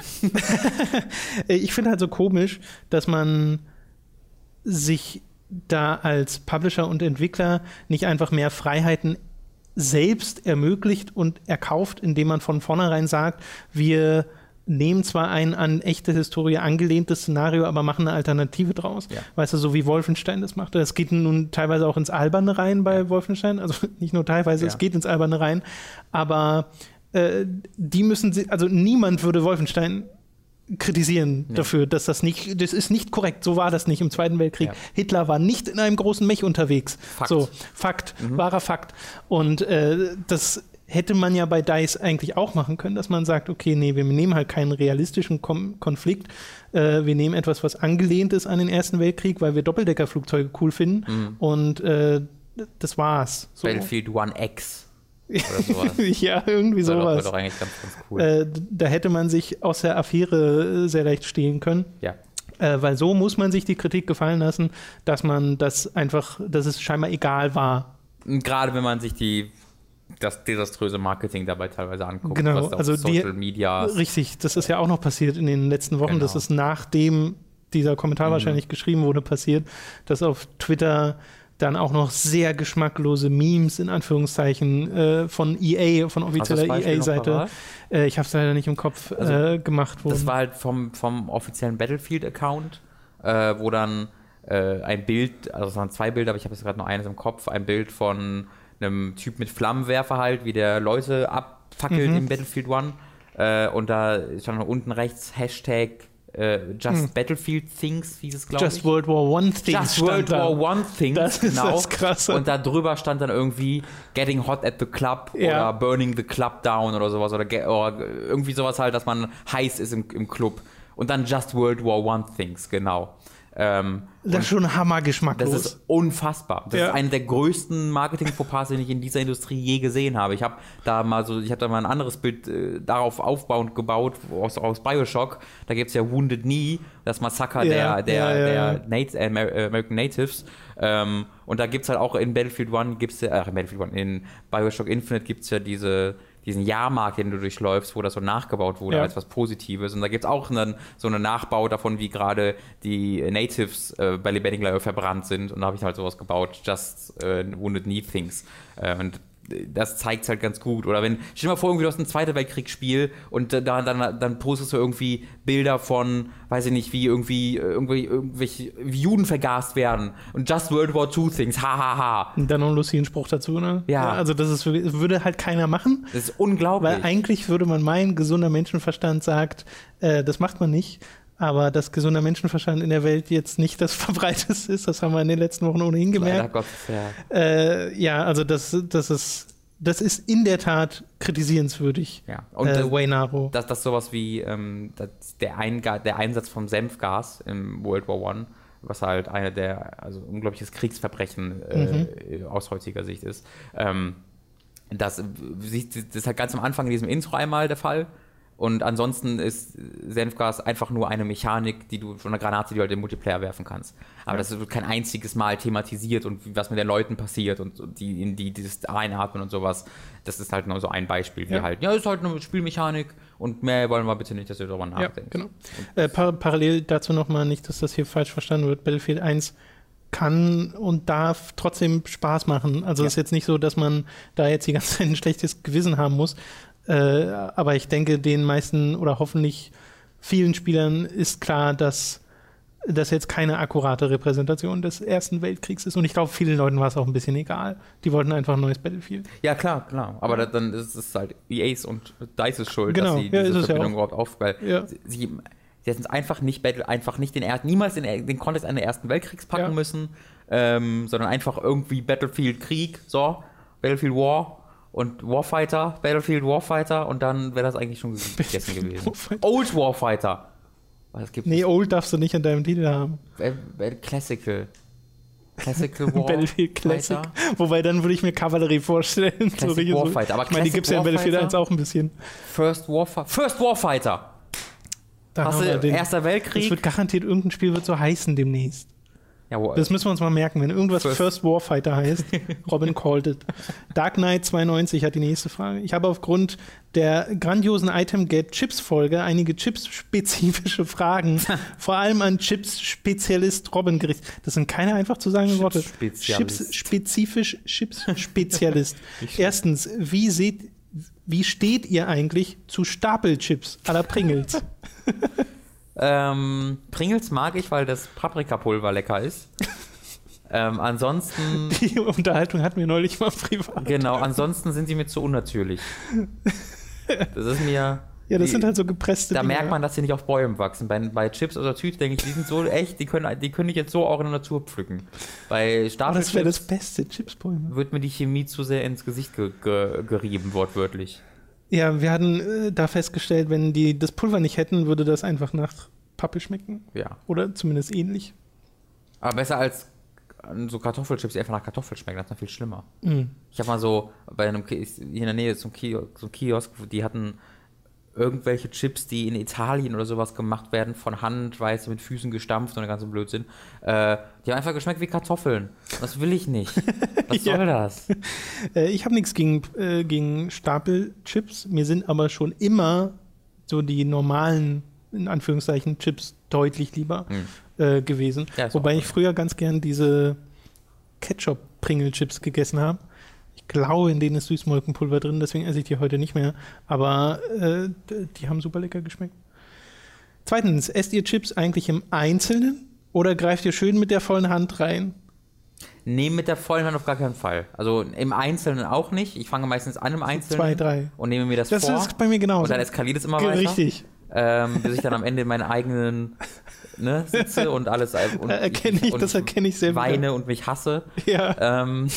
Ich finde halt so komisch, dass man sich da als Publisher und Entwickler nicht einfach mehr Freiheiten selbst ermöglicht und erkauft, indem man von vornherein sagt, wir nehmen zwar ein an echte Historie angelehntes Szenario, aber machen eine Alternative draus. Ja. Weißt du, so wie Wolfenstein das macht. Es geht nun teilweise auch ins Alberne rein bei Wolfenstein, also nicht nur teilweise, ja. es geht ins Alberne rein, aber äh, die müssen, sie, also niemand würde Wolfenstein kritisieren ja. dafür, dass das nicht, das ist nicht korrekt, so war das nicht im Zweiten Weltkrieg. Ja. Hitler war nicht in einem großen Mech unterwegs. Fakt. So, Fakt, mhm. wahrer Fakt. Und äh, das hätte man ja bei DICE eigentlich auch machen können, dass man sagt, okay, nee, wir nehmen halt keinen realistischen Kom- Konflikt, äh, wir nehmen etwas, was angelehnt ist an den Ersten Weltkrieg, weil wir Doppeldeckerflugzeuge cool finden mhm. und äh, das war's. So. Battlefield One X. Oder sowas. Ja, irgendwie das sowas. Das wäre doch eigentlich ganz, ganz cool. Äh, da hätte man sich aus der Affäre sehr leicht stehlen können. Ja. Äh, weil so muss man sich die Kritik gefallen lassen, dass man das einfach, dass es scheinbar egal war. Gerade wenn man sich die das desaströse Marketing dabei teilweise anguckt, genau, was auf also Social die, Media. Richtig, das ist ja auch noch passiert in den letzten Wochen. Genau. Das ist nachdem dieser Kommentar mhm. wahrscheinlich geschrieben wurde, passiert, dass auf Twitter dann auch noch sehr geschmacklose Memes in Anführungszeichen äh, von E A, von offizieller E A-Seite. Äh, ich habe es leider nicht im Kopf also, äh, gemacht. Wurden. Das war halt vom, vom offiziellen Battlefield-Account, äh, wo dann äh, ein Bild, also es waren zwei Bilder, aber ich habe jetzt gerade nur eines im Kopf, ein Bild von einem Typ mit Flammenwerfer halt, wie der Leute abfackelt mhm. im Battlefield One. Äh, und da stand noch unten rechts Hashtag Uh, Just hm. Battlefield Things, hieß es, glaube ich. Just World War One Things. Just World War One Things, das ist genau. Das Krasse. Und da drüber stand dann irgendwie Getting Hot at the Club ja. oder Burning the Club Down oder sowas. Oder, ge- oder irgendwie sowas halt, dass man heiß ist im, im Club. Und dann Just World War One Things, genau. Ähm, das ist schon hammergeschmacklos. Das ist unfassbar. Das ja. ist einer der größten Marketing-Fauxpas, den ich in dieser Industrie je gesehen habe. Ich habe da mal so, ich habe da mal ein anderes Bild äh, darauf aufbauend gebaut, aus, aus Bioshock. Da gibt es ja Wounded Knee, das Massaker ja, der, der, ja, ja, der ja. Nat- äh, American Natives. Ähm, und da gibt es halt auch in Battlefield One, gibt's ja, ach, in Battlefield One, in Bioshock Infinite gibt es ja diese diesen Jahrmarkt, den du durchläufst, wo das so nachgebaut wurde, ja. als was Positives. Und da gibt es auch einen, so einen Nachbau davon, wie gerade die Natives äh, bei Lebendigen Leibe verbrannt sind. Und da habe ich halt sowas gebaut, Just äh, Wounded Knee Things. Äh, und das zeigt es halt ganz gut. Oder wenn, stell dir mal vor, irgendwie du hast ein Zweiter Weltkriegsspiel und da, dann, dann postest du irgendwie Bilder von, weiß ich nicht, wie irgendwie, irgendwie irgendwelche wie Juden vergast werden und Just World War Two Things, hahaha. Ha, ha. Und dann noch einen lustigen Spruch dazu, ne? Ja. ja also das ist, würde halt keiner machen. Das ist unglaublich. Weil eigentlich würde man meinen, gesunder Menschenverstand sagt, äh, das macht man nicht. Aber dass gesunder Menschenverstand in der Welt jetzt nicht das verbreiteste ist, das haben wir in den letzten Wochen ohnehin gemerkt. Leider Gottes, ja. Äh, ja, also das, das ist das ist in der Tat kritisierenswürdig, ja. Und äh, Waynaro. Dass das sowas wie ähm, das, der, Einga- der Einsatz vom Senfgas im World War One, was halt eine der, also unglaubliches Kriegsverbrechen äh, mhm. aus heutiger Sicht ist. Ähm, das, das ist halt ganz am Anfang in diesem Intro einmal der Fall. Und ansonsten ist Senfgas einfach nur eine Mechanik, die du von einer Granate, die du halt im Multiplayer werfen kannst. Aber ja. das wird kein einziges Mal thematisiert und was mit den Leuten passiert und die in die dieses Einatmen und sowas. Das ist halt nur so ein Beispiel, wie ja. halt, ja, ist halt eine Spielmechanik und mehr wollen wir bitte nicht, dass ihr darüber nachdenkt. Ja, genau. Äh, par- parallel dazu nochmal, nicht, dass das hier falsch verstanden wird, Battlefield eins kann und darf trotzdem Spaß machen. Also es ja. ist jetzt nicht so, dass man da jetzt die ganze Zeit ein schlechtes Gewissen haben muss. Äh, aber ich denke, den meisten oder hoffentlich vielen Spielern ist klar, dass das jetzt keine akkurate Repräsentation des Ersten Weltkriegs ist. Und ich glaube, vielen Leuten war es auch ein bisschen egal. Die wollten einfach ein neues Battlefield. Ja, klar, klar. Aber ja. dann ist es halt E A's und DICE's Schuld, genau. dass sie ja, diese ist Verbindung ja überhaupt auf... Weil ja. sie, sie hätten es einfach nicht, einfach nicht den, niemals in den Kontext eines Ersten Weltkriegs packen ja. müssen, ähm, sondern einfach irgendwie Battlefield Krieg, so, Battlefield War... Und Warfighter, Battlefield Warfighter und dann wäre das eigentlich schon gegessen gewesen. Warfighter. Old Warfighter. Was gibt's? Nee, Old darfst du nicht in deinem Titel haben. Äh, äh, Classical. Classical War. Battlefield Classic. Wobei dann würde ich mir Kavallerie vorstellen. Classic so Warfighter. Aber ich meine, die gibt es ja in Battlefield eins auch ein bisschen. First Warfighter. First Warfighter. Da Hast du den, Erster Weltkrieg? Das wird garantiert, irgendein Spiel wird so heißen demnächst. Ja, wo, das müssen wir uns mal merken, wenn irgendwas First, First Warfighter heißt. Robin called it. Dark Knight zweiundneunzig hat die nächste Frage. Ich habe aufgrund der grandiosen Item-Get-Chips-Folge einige Chips-spezifische Fragen, vor allem an Chips-Spezialist Robin gerichtet. Das sind keine einfach zu sagen Worte. Chips-spezifisch, Chips-Spezialist. Erstens, wie seht Wie steht ihr eigentlich zu Stapelchips à la Pringles? ähm, Pringles mag ich, weil das Paprikapulver lecker ist. ähm, ansonsten... Die Unterhaltung hatten wir neulich mal privat. Genau, ansonsten sind sie mir zu unnatürlich. Das ist mir... Ja, das die, sind halt so gepresste Da Dinger. merkt man, dass sie nicht auf Bäumen wachsen. Bei, bei Chips oder Tüte denke ich, die sind so echt, die können, die können ich jetzt so auch in der Natur pflücken. Bei Aber Stapelchips das wäre das Beste, Chipsbäume. wird mir die Chemie zu sehr ins Gesicht ge, ge, gerieben, wortwörtlich. Ja, wir hatten äh, da festgestellt, wenn die das Pulver nicht hätten, würde das einfach nach Pappe schmecken. Ja. Oder zumindest ähnlich. Aber besser als so Kartoffelchips, die einfach nach Kartoffel schmecken, das ist noch viel schlimmer. Mhm. Ich habe mal so bei einem Ki- hier in der Nähe so ein Kiosk, so ein Kiosk, die hatten irgendwelche Chips, die in Italien oder sowas gemacht werden, von Hand, weißt du, mit Füßen gestampft und der ganze Blödsinn. Äh, die haben einfach geschmeckt wie Kartoffeln. Das will ich nicht. Was Ja. soll das? Äh, ich habe nichts gegen, äh, gegen Stapelchips. Mir sind aber schon immer so die normalen, in Anführungszeichen, Chips deutlich lieber Hm. äh, gewesen. Ja, ist Wobei auch ich früher ganz gern diese Ketchup-Pringel-Chips gegessen habe. Ich glaube, in denen ist Süßmolkenpulver drin, deswegen esse ich die heute nicht mehr. Aber äh, d- die haben super lecker geschmeckt. Zweitens, esst ihr Chips eigentlich im Einzelnen oder greift ihr schön mit der vollen Hand rein? Nee, mit der vollen Hand auf gar keinen Fall. Also im Einzelnen auch nicht. Ich fange meistens an im Einzelnen Zwei, drei. und nehme mir das, Das vor. ist bei mir genauso. Und dann eskaliert es immer weiter. Richtig. Ähm, bis ich dann am Ende in meinen eigenen ne, sitze und alles und Da erkenne ich, und das erkenne ich sehr weine wieder. und mich hasse. Ja. Ähm,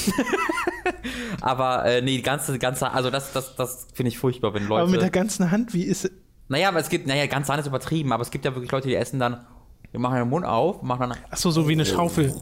aber äh, nee, die ganze, ganze, also das, das, das finde ich furchtbar, wenn Leute. Aber mit der ganzen Hand, wie ist naja, aber es gibt, naja, ganz Hand ist übertrieben, aber es gibt ja wirklich Leute, die essen dann, die machen den Mund auf, machen dann. Achso, so wie eine Schaufel.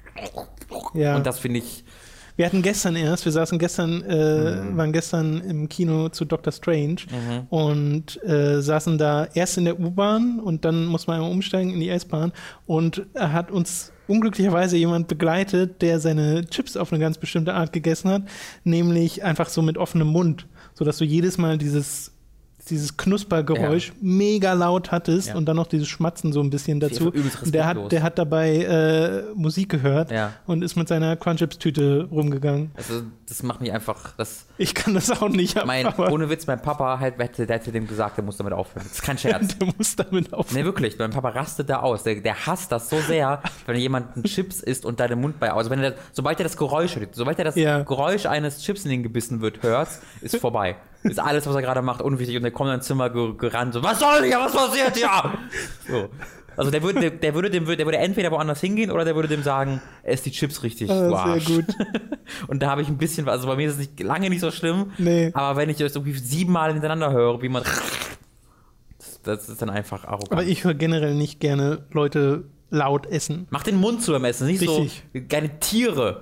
Ja. Und das finde ich. Wir hatten gestern erst, wir saßen gestern, äh, mhm. waren gestern im Kino zu Doctor Strange Mhm. und äh, saßen da erst in der U-Bahn und dann muss man einmal umsteigen in die S-Bahn und er hat uns unglücklicherweise jemand begleitet, der seine Chips auf eine ganz bestimmte Art gegessen hat, nämlich einfach so mit offenem Mund, sodass du jedes Mal dieses dieses Knuspergeräusch Ja. mega laut hattest Ja. und dann noch dieses Schmatzen so ein bisschen dazu. Übelst Und der hat, respektlos. der hat dabei äh, Musik gehört Ja. und ist mit seiner Crunchips-Tüte rumgegangen. Also, das macht mich einfach. Das, Ich kann das auch nicht. mein, aber ohne Witz, mein Papa halt, hätte, der hätte dem gesagt, der muss damit aufhören. Das ist kein Scherz. der muss damit aufhören. Nee, wirklich, mein Papa rastet da aus. Der, der hasst das so sehr, wenn jemand einen Chips isst und deinen Mund bei. Also, wenn er, sobald er das Geräusch hört, sobald er das Ja. Geräusch eines Chips in den gebissen wird, hört, ist vorbei. Ist alles, was er gerade macht, unwichtig. Und er kommt in ein Zimmer ge- gerannt, so, was soll hier, was passiert hier? So. Also, der würde, der, der, würde dem, der würde entweder woanders hingehen oder der würde dem sagen, ess die Chips richtig, Ah, du sehr Arsch. gut. Und da habe ich ein bisschen, also bei mir ist es nicht, lange nicht so schlimm, Nee. aber wenn ich das irgendwie siebenmal hintereinander höre, wie man. Das, das ist dann einfach arrogant. Aber ich höre generell nicht gerne Leute laut essen. Mach den Mund zu beim Essen, nicht Richtig. so geile Tiere.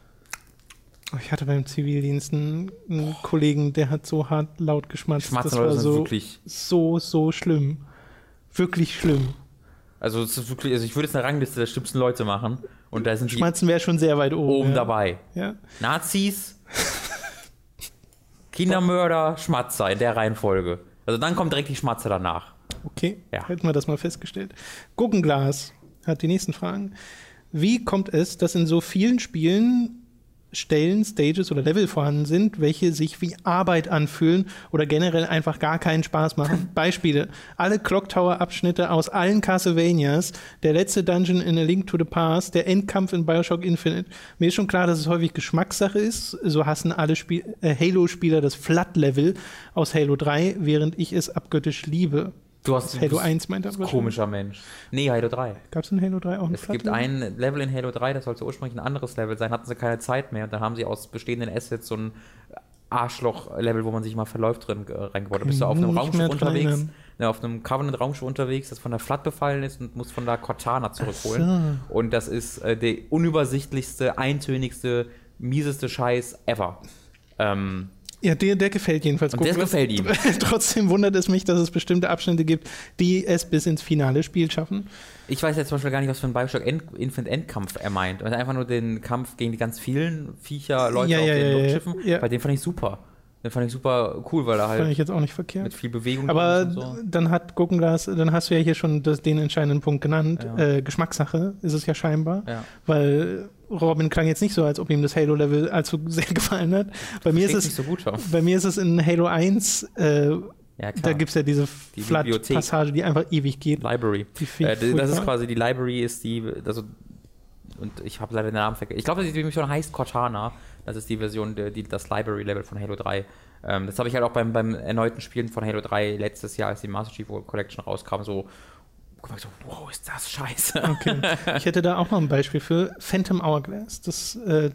Ich hatte beim Zivildienst einen, einen Kollegen, der hat so hart laut geschmatzt. Schmatzen das Leute war sind so, wirklich. so, so schlimm. Wirklich schlimm. Also, es ist wirklich, also ich würde jetzt eine Rangliste der schlimmsten Leute machen und da sind die Schmatzen wäre schon sehr weit oben. oben ja. dabei. Ja. Nazis, Kindermörder, Schmatzer in der Reihenfolge. Also dann kommt direkt die Schmatzer danach. Okay, Ja. hätten wir das mal festgestellt. Gurkenglas hat die nächsten Fragen. Wie kommt es, dass in so vielen Spielen Stellen, Stages oder Level vorhanden sind, welche sich wie Arbeit anfühlen oder generell einfach gar keinen Spaß machen? Beispiele. Alle Clock Tower Abschnitte aus allen Castlevanias, der letzte Dungeon in A Link to the Past, der Endkampf in Bioshock Infinite. Mir ist schon klar, dass es häufig Geschmackssache ist. So hassen alle Spiel äh, Halo-Spieler das Flood-Level aus Halo drei, während ich es abgöttisch liebe. Du hast Halo eins meint er ein wahrscheinlich. komischer Mensch. Nee, Halo drei. Gab es in Halo drei auch ein Es gibt Flood-Level? ein Level in Halo drei, das sollte ursprünglich ein anderes Level sein, hatten sie keine Zeit mehr und dann haben sie aus bestehenden Assets so ein Arschloch-Level, wo man sich mal verläuft drin äh, reingebaut. Da bist du auf einem Nicht Raumschiff mehr dran unterwegs, erinnern. ne, auf einem Covenant-Raumschiff unterwegs, das von der Flood befallen ist und muss von der Cortana zurückholen. Ach so. Und das ist äh, der unübersichtlichste, eintönigste, mieseste Scheiß ever. Ähm, Ja, der, der gefällt jedenfalls Und der Gurkenglas. gefällt ihm. Trotzdem wundert es mich, dass es bestimmte Abschnitte gibt, die es bis ins finale Spiel schaffen. Ich weiß jetzt zum Beispiel gar nicht, was für ein Bioshock End, Infinite Endkampf er meint. Und einfach nur den Kampf gegen die ganz vielen Viecher, Leute Ja, auf ja, den ja, Luftschiffen. ja. Bei dem fand ich super. Den fand ich super cool, weil er halt fand ich jetzt auch nicht verkehrt. Mit viel Bewegung Aber und so. dann hat Gurkenglas, dann hast du ja hier schon das, den entscheidenden Punkt genannt. Ja. Äh, Geschmackssache ist es ja scheinbar. Ja. Weil Robin klang jetzt nicht so, als ob ihm das Halo-Level allzu sehr gefallen hat. Bei mir, ist es, nicht so gut, bei mir ist es in Halo eins, äh, ja, da gibt es ja diese die Flat-Passage, die einfach ewig geht. Library. Äh, das ist quasi, die Library ist die, also, und ich habe leider den Namen vergessen. Ich glaube, dass die schon heißt Cortana. Das ist die Version, die, die, das Library-Level von Halo drei. Ähm, das habe ich halt auch beim, beim erneuten Spielen von Halo drei letztes Jahr, als die Master Chief Collection rauskam, so so, wow, ist das scheiße. Okay. Ich hätte da auch noch ein Beispiel für Phantom Hourglass, das äh,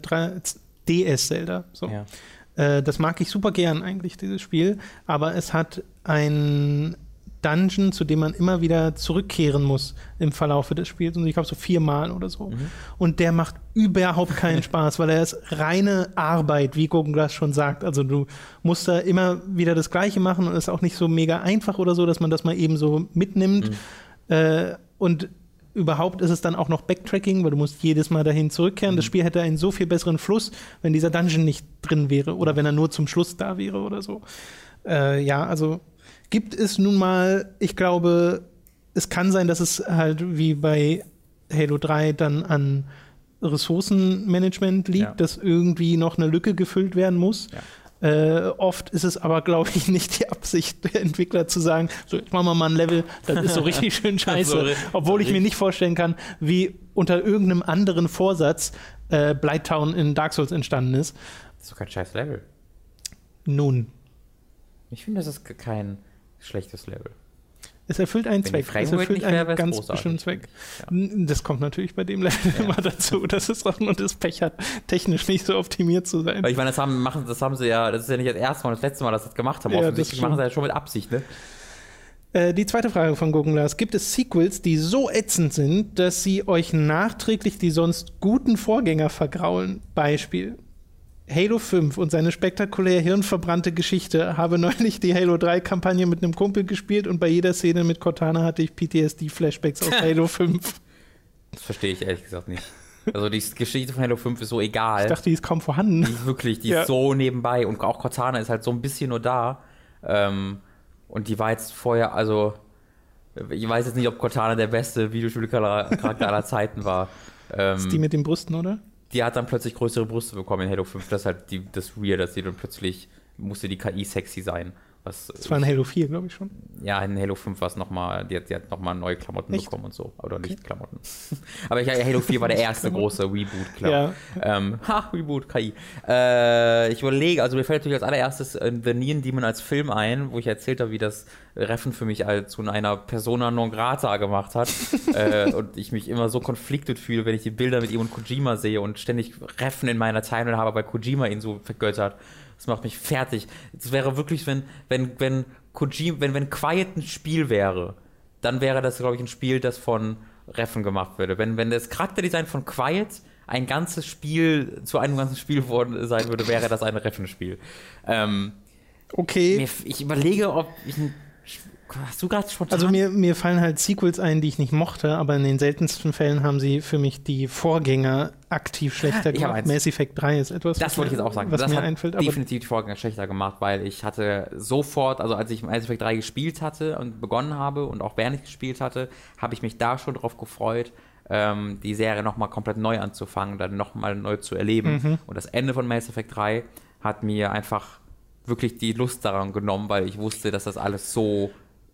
D S-Zelda. So. Ja. Äh, das mag ich super gern eigentlich, dieses Spiel, aber es hat ein Dungeon, zu dem man immer wieder zurückkehren muss im Verlaufe des Spiels. Und ich glaube so viermal oder so. Mhm. Und der macht überhaupt keinen Spaß, weil er ist reine Arbeit, wie Gurkenglas schon sagt. Also du musst da immer wieder das Gleiche machen und es ist auch nicht so mega einfach oder so, dass man das mal eben so mitnimmt. Mhm. Äh, und überhaupt ist es dann auch noch Backtracking, weil du musst jedes Mal dahin zurückkehren. Mhm. Das Spiel hätte einen so viel besseren Fluss, wenn dieser Dungeon nicht drin wäre oder wenn er nur zum Schluss da wäre oder so. Äh, ja, also gibt es nun mal, ich glaube, es kann sein, dass es halt wie bei Halo drei dann an Ressourcenmanagement liegt, ja. dass irgendwie noch eine Lücke gefüllt werden muss. Ja. Äh, oft ist es aber, glaube ich, nicht die Absicht der Entwickler zu sagen, so, jetzt machen wir mal ein Level, das ist so richtig schön scheiße. so, Obwohl ich mir nicht vorstellen kann, wie unter irgendeinem anderen Vorsatz äh, Blighttown in Dark Souls entstanden ist. Das ist doch kein scheiß Level. Nun. Ich finde, das ist kein schlechtes Level. Es erfüllt einen Wenn Zweck. Es erfüllt einen wäre, ganz großartig. bestimmten Zweck. Ja. Das kommt natürlich bei dem Level ja. immer dazu, dass es auch nur das Pech hat, technisch nicht so optimiert zu sein. Weil ich meine, das haben, machen, das haben sie ja, das ist ja nicht das erste Mal, das letzte Mal, dass sie das gemacht haben. Ja, Offensichtlich machen sie ja schon mit Absicht, ne? Äh, die zweite Frage von Gurkenglas. Gibt es Sequels, die so ätzend sind, dass sie euch nachträglich die sonst guten Vorgänger vergraulen? Beispiel. Halo fünf und seine spektakulär hirnverbrannte Geschichte. Habe neulich die Halo drei Kampagne mit einem Kumpel gespielt und bei jeder Szene mit Cortana hatte ich P T S D-Flashbacks aus Halo fünf. Das verstehe ich ehrlich gesagt nicht. Also die Geschichte von Halo fünf ist so egal. Ich dachte, die ist kaum vorhanden. Die ist wirklich, die ja. ist so nebenbei und auch Cortana ist halt so ein bisschen nur da. Ähm, und die war jetzt vorher, also ich weiß jetzt nicht, ob Cortana der beste Videospielcharakter aller Zeiten war. Ähm, ist die mit den Brüsten, oder? Die hat dann plötzlich größere Brüste bekommen in Halo fünf. Das ist halt die, das Weird, dass die dann plötzlich musste die K I sexy sein. Was, das war in Halo vier, glaube ich schon. Ja, in Halo fünf war es nochmal, die hat, die hat nochmal neue Klamotten Echt? bekommen und so. Oder okay. nicht Klamotten. Aber ich, Halo vier war der erste große Reboot, klar. Ja. Ähm, ha, Reboot, K I. Äh, ich überlege, also mir fällt natürlich als allererstes äh, The Neon Demon als Film ein, wo ich erzählt habe, wie das Reffen für mich als zu einer Persona non grata gemacht hat. äh, und ich mich immer so konfliktet fühle, wenn ich die Bilder mit ihm und Kojima sehe und ständig Reffen in meiner Timeline habe, weil Kojima ihn so vergöttert. Das macht mich fertig. Es wäre wirklich, wenn, wenn, wenn Kojima, wenn, wenn Quiet ein Spiel wäre, dann wäre das, glaube ich, ein Spiel, das von Reffen gemacht würde. Wenn, wenn das Charakterdesign von Quiet ein ganzes Spiel zu einem ganzen Spiel worden sein würde, wäre das ein Reffen-Spiel. Ähm, okay. Mir, ich überlege, ob ich ein Hast du gerade spontan? Also mir, mir fallen halt Sequels ein, die ich nicht mochte, aber in den seltensten Fällen haben sie für mich die Vorgänger aktiv schlechter gemacht. Mass Effect drei ist etwas, das wollte ich jetzt auch sagen. was das mir hat einfällt. definitiv die Vorgänger schlechter gemacht, weil ich hatte sofort, also als ich Mass Effect drei gespielt hatte und begonnen habe und auch während ich gespielt hatte, habe ich mich da schon drauf gefreut, ähm, die Serie nochmal komplett neu anzufangen, dann nochmal neu zu erleben. Mhm. Und das Ende von Mass Effect drei hat mir einfach wirklich die Lust daran genommen, weil ich wusste, dass das alles so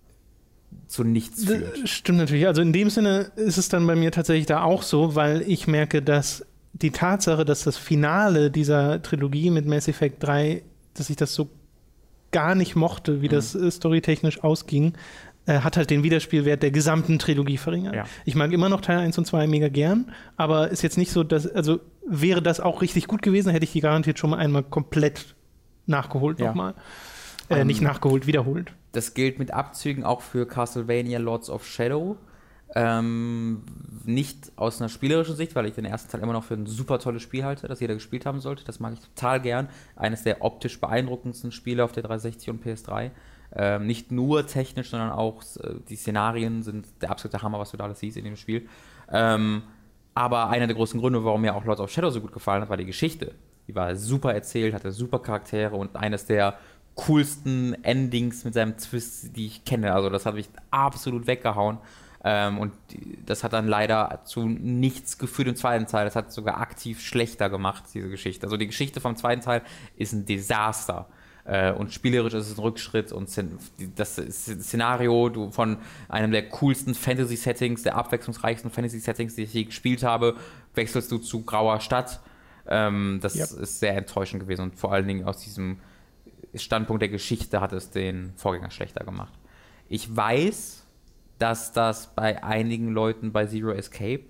zu nichts führt. Das stimmt natürlich. Also in dem Sinne ist es dann bei mir tatsächlich da auch so, weil ich merke, dass die Tatsache, dass das Finale dieser Trilogie mit Mass Effect drei, dass ich das so gar nicht mochte, wie mhm. das äh, storytechnisch ausging, äh, hat halt den Wiederspielwert der gesamten Trilogie verringert. Ja. Ich mag immer noch Teil eins und zwei mega gern, aber ist jetzt nicht so, dass, also wäre das auch richtig gut gewesen, hätte ich die garantiert schon mal einmal komplett nachgeholt ja. nochmal. Äh, um, nicht nachgeholt, wiederholt. Das gilt mit Abzügen auch für Castlevania Lords of Shadow. Ähm, nicht aus einer spielerischen Sicht, weil ich den ersten Teil immer noch für ein super tolles Spiel halte, das jeder gespielt haben sollte. Das mag ich total gern. Eines der optisch beeindruckendsten Spiele auf der dreihundertsechzig und P S drei. Ähm, nicht nur technisch, sondern auch äh, die Szenarien sind der absolute Hammer, was du da alles siehst in dem Spiel. Ähm, aber einer der großen Gründe, warum mir auch Lords of Shadow so gut gefallen hat, war die Geschichte. Die war super erzählt, hatte super Charaktere und eines der coolsten Endings mit seinem Twist, die ich kenne. Also das hat mich absolut weggehauen. Ähm, und das hat dann leider zu nichts geführt im zweiten Teil. Das hat sogar aktiv schlechter gemacht, diese Geschichte. Also die Geschichte vom zweiten Teil ist ein Desaster. Äh, und spielerisch ist es ein Rückschritt. Und das Szenario du, von einem der coolsten Fantasy-Settings, der abwechslungsreichsten Fantasy-Settings, die ich je gespielt habe, wechselst du zu Grauer Stadt. Ähm, das yep. ist sehr enttäuschend gewesen. Und vor allen Dingen aus diesem Standpunkt der Geschichte hat es den Vorgänger schlechter gemacht. Ich weiß, dass das bei einigen Leuten bei Zero Escape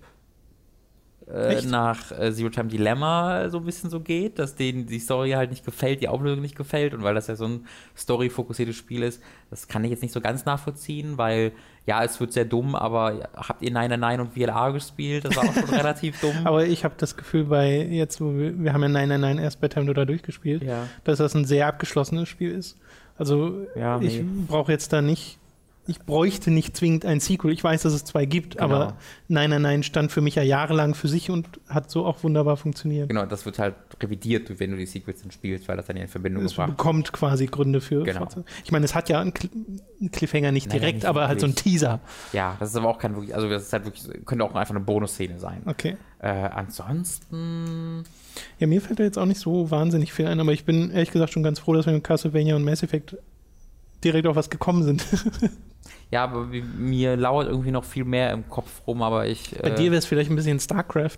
äh, nach äh, Zero Time Dilemma so ein bisschen so geht, dass denen die Story halt nicht gefällt, die Auflösung nicht gefällt und weil das ja so ein story-fokussiertes Spiel ist, das kann ich jetzt nicht so ganz nachvollziehen, weil ja, es wird sehr dumm, aber habt ihr nein nein nein und V L A gespielt? Das war auch schon relativ dumm. Aber ich habe das Gefühl, bei jetzt, wo wir, wir haben ja nein nein nein erst bei Time Dota durchgespielt, ja. dass das ein sehr abgeschlossenes Spiel ist. Also ja, ich nee. brauche jetzt da nicht Ich bräuchte nicht zwingend ein Sequel. Ich weiß, dass es zwei gibt, genau. aber nein, nein, nein stand für mich ja jahrelang für sich und hat so auch wunderbar funktioniert. Genau, das wird halt revidiert, wenn du die Sequels dann spielst, weil das dann ja in Verbindung es gebracht. Es bekommt quasi Gründe für. Genau. Ich meine, es hat ja einen, Cl- einen Cliffhanger nicht Nein, direkt, nicht aber halt so ein Teaser. Ja, das ist aber auch kein wirklich, also das ist halt wirklich, könnte auch einfach eine Bonusszene sein. Okay. Äh, ansonsten. Ja, mir fällt da jetzt auch nicht so wahnsinnig viel ein, aber ich bin ehrlich gesagt schon ganz froh, dass wir mit Castlevania und Mass Effect direkt auf was gekommen sind. Ja, aber mir lauert irgendwie noch viel mehr im Kopf rum, aber ich... Bei äh, dir wäre es vielleicht ein bisschen StarCraft.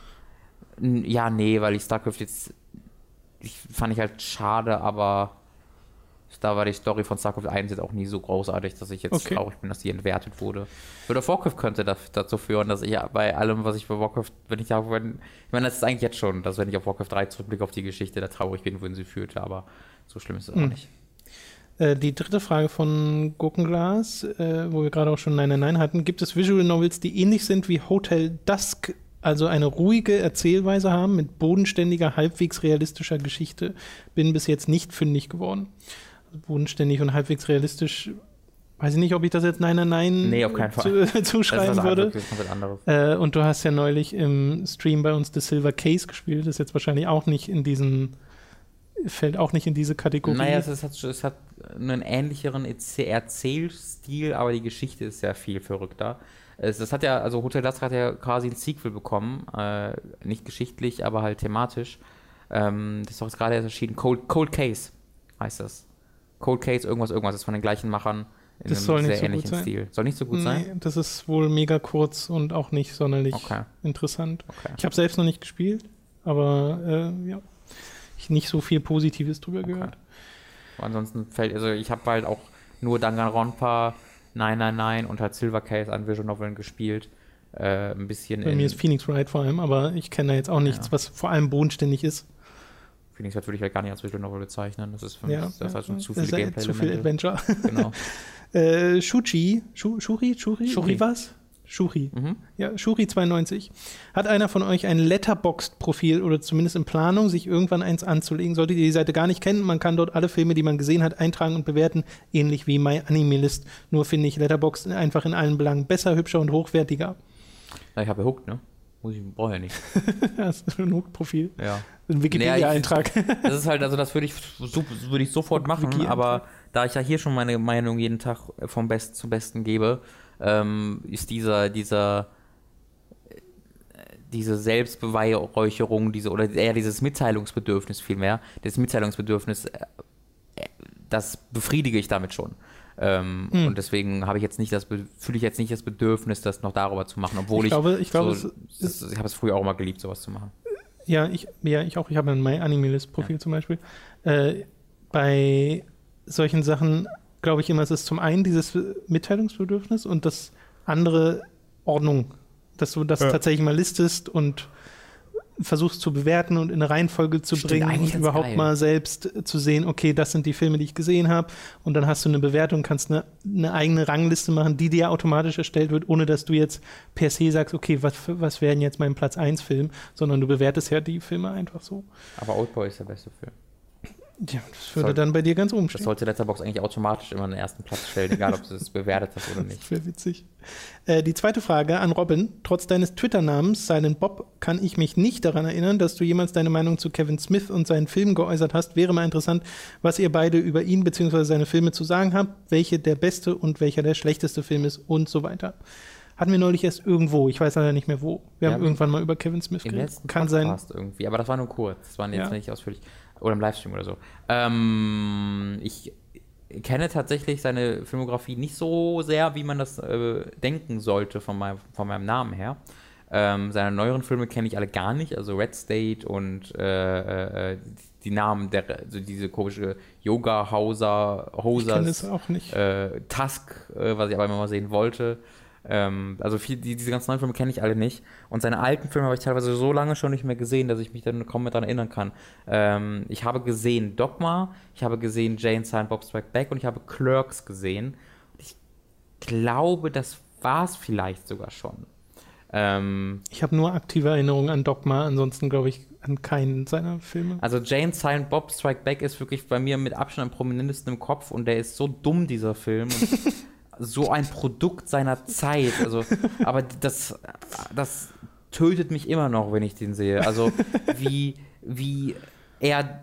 N- ja, nee, weil ich StarCraft jetzt... Ich, fand ich halt schade, aber da war die Story von StarCraft eins jetzt auch nie so großartig, dass ich jetzt okay. traurig bin, dass die entwertet wurde. Oder Warcraft könnte das, dazu führen, dass ich ja bei allem, was ich bei Warcraft, wenn ich da... Wenn, ich meine, das ist eigentlich jetzt schon, dass wenn ich auf Warcraft drei zurückblicke auf die Geschichte, da traurig bin, wohin sie führte, aber so schlimm ist es hm. auch nicht. Die dritte Frage von Gurkenglas, äh, wo wir gerade auch schon nein nein nein hatten. Gibt es Visual Novels, die ähnlich sind wie Hotel Dusk, also eine ruhige Erzählweise haben mit bodenständiger, halbwegs realistischer Geschichte? Bin bis jetzt nicht fündig geworden. Also bodenständig und halbwegs realistisch, weiß ich nicht, ob ich das jetzt nein nein nein nee, auf keinen Fall. Zu, zuschreiben das würde. Das ist anderes. Äh, und du hast ja neulich im Stream bei uns The Silver Case gespielt. Das ist jetzt wahrscheinlich auch nicht in diesen... fällt auch nicht in diese Kategorie. Naja, es, ist, es hat einen ähnlicheren Erzählstil, aber die Geschichte ist sehr viel verrückter. Es, das hat ja, also Hotel Dusk hat ja quasi ein Sequel bekommen, äh, nicht geschichtlich, aber halt thematisch. Ähm, das ist doch jetzt gerade erst erschienen, Cold, Cold Case heißt das. Cold Case, irgendwas, irgendwas, das ist von den gleichen Machern in das einem soll sehr nicht so ähnlichen gut sein. Stil. Soll nicht so gut nee, sein? Das ist wohl mega kurz und auch nicht sonderlich okay. interessant. Okay. Ich habe selbst noch nicht gespielt, aber äh, ja, ich nicht so viel Positives drüber okay. gehört. Ansonsten fällt, also ich habe halt auch nur Danganronpa, nein nein nein und halt Silver Case an Visual Noveln gespielt. Äh, ein bisschen Bei mir ist Phoenix Wright vor allem, aber ich kenne da jetzt auch nichts, ja. was vor allem bodenständig ist. Phoenix Wright würde ich halt gar nicht als Visual Novel bezeichnen. Das ist für mich ja, das ja, ist halt schon ja. zu viele Gameplay-Elemente. Zu viel Adventure. Genau. äh, Shuchi, Shu, Shuri, Shuri, Shuri. Wie war's? Shuri. Mhm. Ja, Shuri zweiundneunzig. Hat einer von euch ein Letterboxd-Profil oder zumindest in Planung, sich irgendwann eins anzulegen? Solltet ihr die Seite gar nicht kennen, man kann dort alle Filme, die man gesehen hat, eintragen und bewerten, ähnlich wie MyAnimeList. Nur finde ich Letterboxd einfach in allen Belangen besser, hübscher und hochwertiger. Na, ich habe ja Hooked, ne? Muss ich, brauche ja nicht. Das ist ein Hooked-Profil. Ja. Ein Wikipedia-Eintrag. Nee, das ist halt, also das würde ich, so, würde ich sofort machen, aber da ich ja hier schon meine Meinung jeden Tag vom Besten zum Besten gebe, ähm, ist dieser, dieser diese Selbstbeweihräucherung, diese, oder eher dieses Mitteilungsbedürfnis vielmehr, das Mitteilungsbedürfnis, äh, das befriedige ich damit schon. Ähm, hm. Und deswegen habe ich jetzt nicht das, fühle ich jetzt nicht das Bedürfnis, das noch darüber zu machen, obwohl ich, ich glaube, ich, glaube, so, es das, ich habe es früher auch immer geliebt, sowas zu machen. Ja, ich, ja, ich auch. Ich habe ein MyAnimeList-Profil ja. zum Beispiel. Äh, bei solchen Sachen glaube ich immer, es ist zum einen dieses Mitteilungsbedürfnis und das andere Ordnung, dass du das ja. tatsächlich mal listest und versuchst zu bewerten und in eine Reihenfolge zu Stimmt, bringen und überhaupt geil. mal selbst zu sehen, okay, das sind die Filme, die ich gesehen habe, und dann hast du eine Bewertung, kannst eine, eine eigene Rangliste machen, die dir automatisch erstellt wird, ohne dass du jetzt per se sagst, okay, was, was wäre denn jetzt mein Platz eins Film, sondern du bewertest ja die Filme einfach so. Aber Oldboy ist der beste Film. Ja, das würde Soll, dann bei dir ganz oben stehen. Das sollte Letterboxd eigentlich automatisch immer an den ersten Platz stellen, egal ob du es bewertet hast oder nicht. Das wäre witzig. Äh, die zweite Frage an Robin. Trotz deines Twitter-Namens, Silent Bob, kann ich mich nicht daran erinnern, dass du jemals deine Meinung zu Kevin Smith und seinen Filmen geäußert hast. Wäre mal interessant, was ihr beide über ihn bzw. seine Filme zu sagen habt, welche der beste und welcher der schlechteste Film ist und so weiter. Hatten wir neulich erst irgendwo, ich weiß leider nicht mehr wo. Wir ja, haben irgendwann mal über Kevin Smith geredet. Im letzten kann Podcast sein. Irgendwie, aber das war nur kurz. Das war jetzt ja. nicht ausführlich. Oder im Livestream oder so. Ähm, ich kenne tatsächlich seine Filmografie nicht so sehr, wie man das äh, denken sollte von, mein, von meinem Namen her. Ähm, seine neueren Filme kenne ich alle gar nicht, also Red State und äh, äh, die Namen der, also diese komische Yoga Hauser, Hosers, ich kenne es auch nicht. Äh, Tusk, äh, was ich aber immer mal sehen wollte. Ähm, also viel, die, diese ganzen neuen Filme kenne ich alle nicht. Und seine alten Filme habe ich teilweise so lange schon nicht mehr gesehen, dass ich mich dann kaum mehr daran erinnern kann. Ähm, ich habe gesehen Dogma, ich habe gesehen Jay and Silent Bob Strike Back und ich habe Clerks gesehen. Und ich glaube, das war es vielleicht sogar schon. Ähm, ich habe nur aktive Erinnerungen an Dogma, ansonsten glaube ich an keinen seiner Filme. Also Jay and Silent Bob Strike Back ist wirklich bei mir mit Abstand am prominentesten im Kopf und der ist so dumm, dieser Film. Und so ein Produkt seiner Zeit. Also, aber das, das tötet mich immer noch, wenn ich den sehe. Also wie, wie er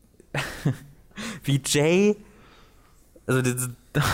wie Jay, also das,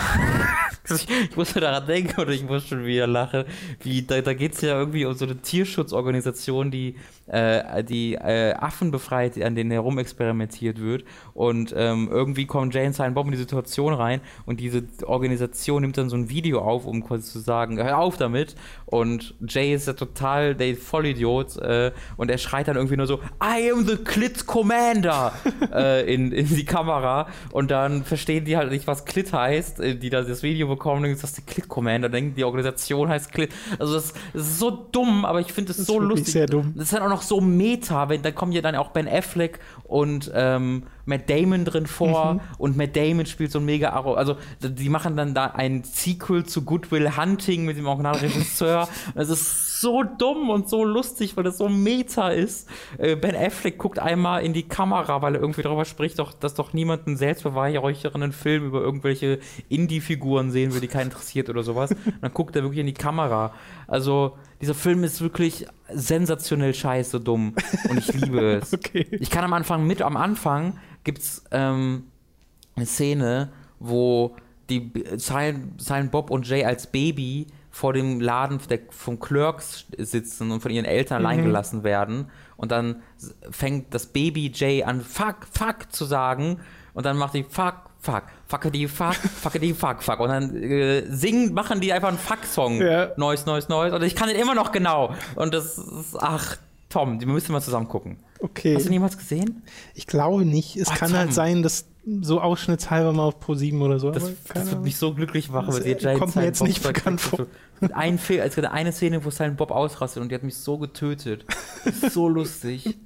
ich musste daran denken oder ich muss schon wieder lachen, wie, da, da geht es ja irgendwie um so eine Tierschutzorganisation, die äh, die äh, Affen befreit, an denen herumexperimentiert wird und ähm, irgendwie kommt Jay und Silent Bob in die Situation rein und diese Organisation nimmt dann so ein Video auf, um quasi zu sagen, hör auf damit, und Jay ist ja total der Vollidiot äh, und er schreit dann irgendwie nur so, I am the Clit Commander äh, in, in die Kamera und dann verstehen die halt nicht, was Clit heißt, äh, die da das Video bekommen, dann ist das der Clit Commander, denken die Organisation heißt Clit, also das, das ist so dumm, aber ich finde es so lustig. Sehr dumm. Das ist dann auch noch so Meta, wenn, da kommen ja dann auch Ben Affleck und ähm, Matt Damon drin vor mhm. und Matt Damon spielt so ein mega Arro, also die machen dann da ein Sequel zu Good Will Hunting mit dem Originalregisseur. Das ist so dumm und so lustig, weil das so Meta ist. Äh, Ben Affleck guckt einmal in die Kamera, weil er irgendwie darüber spricht, doch, dass doch niemand einen selbstbeweihräuchernden Film über irgendwelche Indie-Figuren sehen will, die keinen interessiert oder sowas. Und dann guckt er wirklich in die Kamera. Also dieser Film ist wirklich sensationell scheiße dumm und ich liebe es. Okay. Ich kann am Anfang mit, am Anfang gibt's ähm, eine Szene, wo die Silent, Silent Bob und Jay als Baby vor dem Laden der, von Clerks sitzen und von ihren Eltern mhm. allein gelassen werden und dann fängt das Baby Jay an fuck, fuck zu sagen und dann macht die fuck, fuck, fuckity, fuck, fuckity, fuck, fuck und dann äh, singen, machen die einfach einen Fuck-Song, ja. neues, neues, neues und ich kann den immer noch genau und das ist, ach Tom, die müssen wir zusammen gucken. Okay. Hast du den jemals gesehen? Ich glaube nicht. Es oh, kann Tom. halt sein, dass so ausschnittshalber mal auf Pro sieben oder so. Das, das wird mich so glücklich machen, weil die kommt mir jetzt Bob nicht bekannt vor. Ein Film, es gibt eine Szene, wo Silent Bob ausrastet und die hat mich so getötet. Das ist so lustig.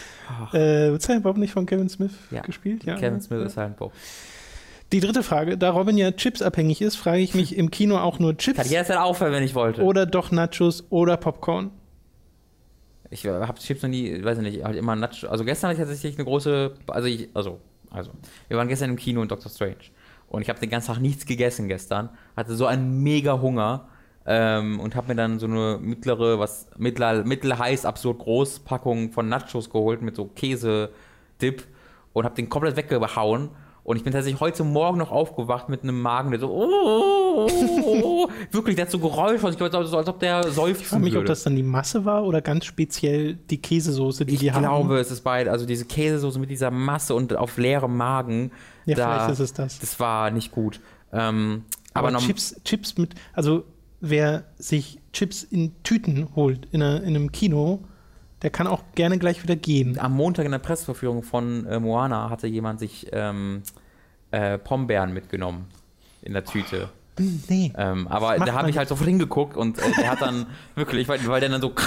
Äh, wird Silent Bob nicht von Kevin Smith ja. gespielt? Ja. Kevin Smith ja. ist Silent Bob. Die dritte Frage, da Robin ja chipsabhängig ist, frage ich mich im Kino auch nur Chips. Kann ich jederzeit aufhören, wenn ich wollte. Oder doch Nachos oder Popcorn? Ich habe Chips noch nie, weiß ich nicht, halt immer Nachos. Also gestern hatte ich tatsächlich eine große, also ich, also, also, wir waren gestern im Kino in Doctor Strange und ich habe den ganzen Tag nichts gegessen gestern, hatte so einen mega Hunger ähm, und habe mir dann so eine mittlere, was mittler, mittelheiß, absurd groß Packung von Nachos geholt mit so Käse-Dip und habe den komplett weggehauen. Und ich bin tatsächlich heute Morgen noch aufgewacht mit einem Magen, der so, oh, oh, oh, oh. Wirklich, der hat so Geräusch, ich glaube, so, als ob der seufzen würde. Ich frage mich, ob das dann die Masse war oder ganz speziell die Käsesoße, die ich die haben. Ich glaube, es ist beide, also diese Käsesoße mit dieser Masse und auf leerem Magen. Ja, da, vielleicht ist es das. Das war nicht gut. Ähm, aber aber Chips, Chips mit, also wer sich Chips in Tüten holt in, einer, in einem Kino, der kann auch gerne gleich wieder gehen. Am Montag in der Presseverführung von äh, Moana hatte jemand sich ähm, äh, Pombeeren mitgenommen in der Tüte. Oh, nee. Ähm, aber da habe ich halt sofort hingeguckt und äh, der hat dann wirklich, weil, weil der dann so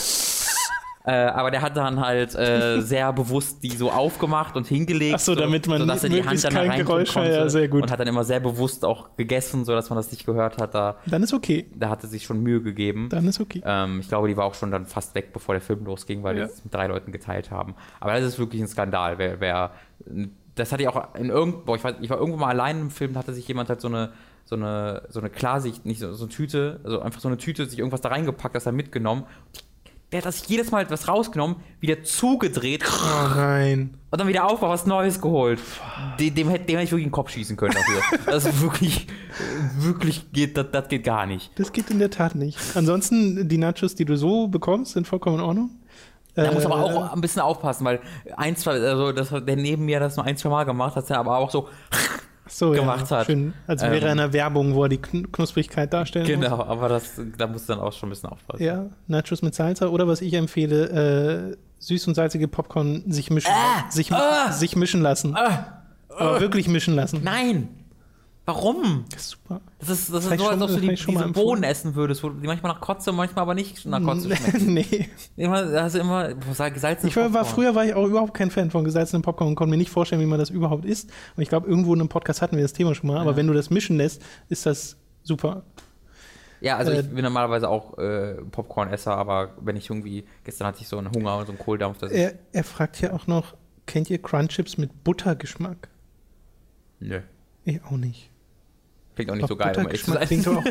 äh, aber der hat dann halt äh, sehr bewusst die so aufgemacht und hingelegt. Ach so, damit man sodass er die Hand dann kein Geräusch konnte ja, sehr gut. Und hat dann immer sehr bewusst auch gegessen, sodass man das nicht gehört hat. Da, dann ist okay. Da hatte sich schon Mühe gegeben. Dann ist okay. Ähm, ich glaube, die war auch schon dann fast weg, bevor der Film losging, weil ja. die es mit drei Leuten geteilt haben. Aber das ist wirklich ein Skandal. Wer, wer das hatte ich auch in irgendwo, ich war, ich war irgendwo mal allein im Film, da hatte sich jemand halt so eine, so eine, so eine Klarsicht, nicht so, so eine Tüte, also einfach so eine Tüte, sich irgendwas da reingepackt, das er mitgenommen. Der hat das jedes Mal was rausgenommen, wieder zugedreht. Oh nein. Und dann wieder auf, was Neues geholt. Dem, dem, hätte, dem hätte ich wirklich den Kopf schießen können dafür. Das ist wirklich, wirklich geht, das, das geht gar nicht. Das geht in der Tat nicht. Ansonsten, die Nachos, die du so bekommst, sind vollkommen in Ordnung. Da äh, muss aber auch ein bisschen aufpassen, weil ein, zwei, also das, der neben mir das nur ein, zwei Mal gemacht hat, der aber auch so so, gemacht ja, hat. Schön, als wäre ähm, eine Werbung, wo er die Knusprigkeit darstellen genau, muss. Genau, aber das, da musst du dann auch schon ein bisschen aufpassen. Ja, Nachos mit Salsa oder was ich empfehle, äh, süß und salzige Popcorn sich mischen, ah, sich, ah, sich mischen lassen. Ah, aber ah, wirklich mischen lassen. Nein! Warum? Das ist super. Das ist, das ist so, als ob du die, diese Bohnen essen würdest, wo die manchmal nach Kotze, manchmal aber nicht nach Kotze schmecken. Nee. Immer, also immer gesalzene ich war, war Früher war ich auch überhaupt kein Fan von gesalzenem Popcorn und konnte mir nicht vorstellen, wie man das überhaupt isst. Und ich glaube, irgendwo in einem Podcast hatten wir das Thema schon mal. Ja. Aber wenn du das mischen lässt, ist das super. Ja, also äh, ich bin normalerweise auch äh, Popcorn-Esser, aber wenn ich irgendwie, gestern hatte ich so einen Hunger und so einen Kohldampf. Das er, er fragt ja auch noch, kennt ihr Crunchips mit Buttergeschmack? Nö. Ich auch nicht. Klingt auch nicht so geil, um ehrlich zu sein.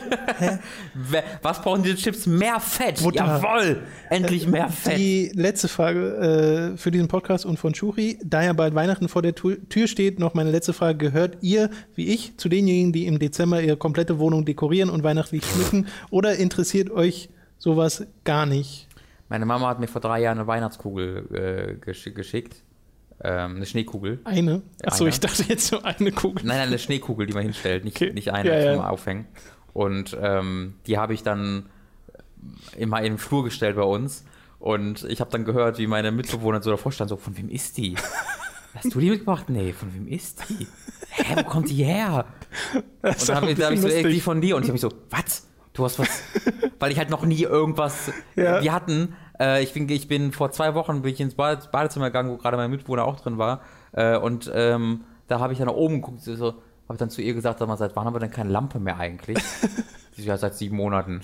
Was brauchen diese Chips? Mehr Fett! Butter. Jawohl! Endlich mehr Fett! Die letzte Frage äh, für diesen Podcast und von Shuri. Da ja bald Weihnachten vor der tu- Tür steht, noch meine letzte Frage. Gehört ihr, wie ich, zu denjenigen, die im Dezember ihre komplette Wohnung dekorieren und weihnachtlich schmücken? Oder interessiert euch sowas gar nicht? Meine Mama hat mir vor drei Jahren eine Weihnachtskugel äh, gesch- geschickt. Ähm, eine Schneekugel. Eine? Achso, ich dachte jetzt so eine Kugel. Nein, nein, eine Schneekugel, die man hinstellt, nicht, okay. nicht eine ja, zum ja. Aufhängen. Und ähm, die habe ich dann immer in den Flur gestellt bei uns. Und ich habe dann gehört, wie meine Mitbewohner so davor standen, so, von wem ist die? Hast du die mitgebracht? Nee, von wem ist die? Hä, wo kommt die her? Das und dann habe ich, hab ich so, ey, die von dir. Und ich habe mich so, was? Du hast was? Weil ich halt noch nie irgendwas, ja. wir hatten, äh, ich, bin, ich bin vor zwei Wochen bin ich ins Bade, Badezimmer gegangen, wo gerade mein Mitbewohner auch drin war, äh, und ähm, da habe ich dann nach oben geguckt, so, habe dann zu ihr gesagt, sag mal, seit wann haben wir denn keine Lampe mehr eigentlich? Sie so, ja, seit sieben Monaten.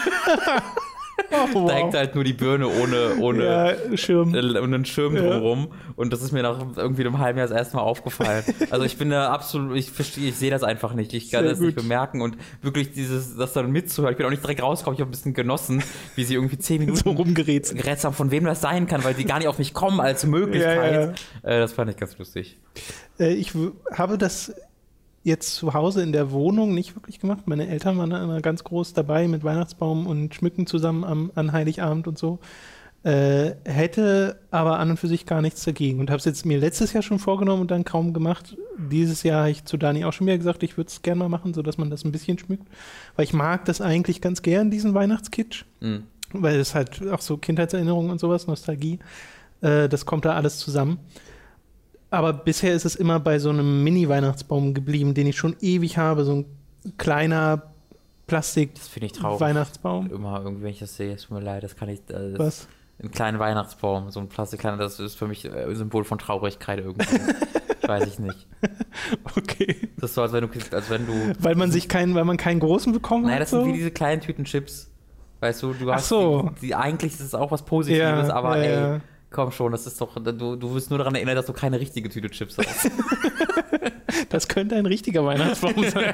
Oh, wow. Da hängt halt nur die Birne ohne, ohne ja, Schirm. Äh, einen Schirm ja. drumherum. Und das ist mir nach irgendwie einem halben Jahr das erste Mal aufgefallen. Also ich bin da absolut, ich verstehe, ich sehe das einfach nicht. Ich kann Sehr das gut. nicht bemerken. Und wirklich dieses, das dann mitzuhören, ich bin auch nicht direkt rausgekommen, ich habe ein bisschen genossen, wie sie irgendwie zehn Minuten so rumgerätselt gerätselt haben, von wem das sein kann, weil sie gar nicht auf mich kommen als Möglichkeit. Ja, ja. Äh, das fand ich ganz lustig. Äh, ich w- habe das jetzt zu Hause in der Wohnung nicht wirklich gemacht. Meine Eltern waren da immer ganz groß dabei mit Weihnachtsbaum und Schmücken zusammen am, an Heiligabend und so. Äh, hätte aber an und für sich gar nichts dagegen und habe es jetzt mir letztes Jahr schon vorgenommen und dann kaum gemacht. Dieses Jahr habe ich zu Dani auch schon wieder gesagt, ich würde es gerne mal machen, sodass man das ein bisschen schmückt. Weil ich mag das eigentlich ganz gern, diesen Weihnachtskitsch. Mhm. Weil es halt auch so Kindheitserinnerungen und sowas, Nostalgie, äh, das kommt da alles zusammen. Aber bisher ist es immer bei so einem Mini-Weihnachtsbaum geblieben, den ich schon ewig habe, so ein kleiner Plastik-Weihnachtsbaum. Immer irgendwie, wenn ich das sehe, es tut mir leid, das kann ich... Äh, Was? Ein kleiner Weihnachtsbaum, so ein Plastikkleiner, das ist für mich ein Symbol von Traurigkeit irgendwie. Weiß ich nicht. Okay. Das ist so, als wenn du... Als wenn du weil man sich keinen, weil man keinen großen bekommen naja, hat? Naja, das sind so? wie diese kleinen Tüten Chips. Weißt du, du hast... Ach so. Die, die, eigentlich ist es auch was Positives, ja, aber ja, ey... Ja. Komm schon, das ist doch, du, du wirst nur daran erinnern, dass du keine richtige Tüte Chips hast. Das könnte ein richtiger Weihnachtsbaum sein.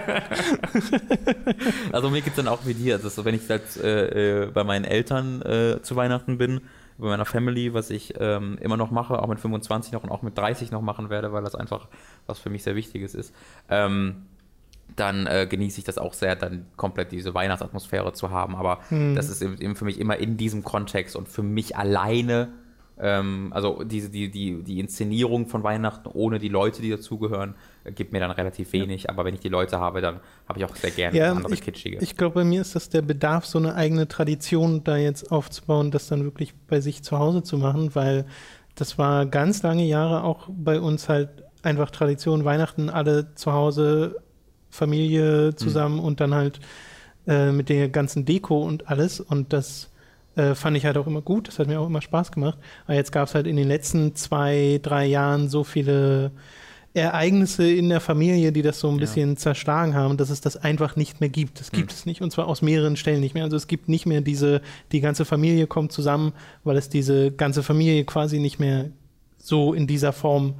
Also mir geht es dann auch wie dir. Also wenn ich halt, äh, bei meinen Eltern äh, zu Weihnachten bin, bei meiner Family, was ich ähm, immer noch mache, auch mit fünfundzwanzig noch und auch mit dreißig noch machen werde, weil das einfach was für mich sehr Wichtiges ist, ähm, dann äh, genieße ich das auch sehr, dann komplett diese Weihnachtsatmosphäre zu haben. Aber hm. das ist eben für mich immer in diesem Kontext und für mich alleine. Ähm, also diese, die, die, die Inszenierung von Weihnachten ohne die Leute, die dazugehören, äh, gibt mir dann relativ wenig. Ja. Aber wenn ich die Leute habe, dann habe ich auch sehr gerne ja, andere ich, Kitschige. Ich glaube, bei mir ist das der Bedarf, so eine eigene Tradition da jetzt aufzubauen, das dann wirklich bei sich zu Hause zu machen, weil das war ganz lange Jahre auch bei uns halt einfach Tradition, Weihnachten alle zu Hause, Familie zusammen mhm. und dann halt äh, mit der ganzen Deko und alles und das Äh, fand ich halt auch immer gut, das hat mir auch immer Spaß gemacht. Aber jetzt gab es halt in den letzten zwei, drei Jahren so viele Ereignisse in der Familie, die das so ein ja. bisschen zerschlagen haben, dass es das einfach nicht mehr gibt. Das gibt hm. es nicht und zwar aus mehreren Stellen nicht mehr. Also es gibt nicht mehr diese, die ganze Familie kommt zusammen, weil es diese ganze Familie quasi nicht mehr so in dieser Form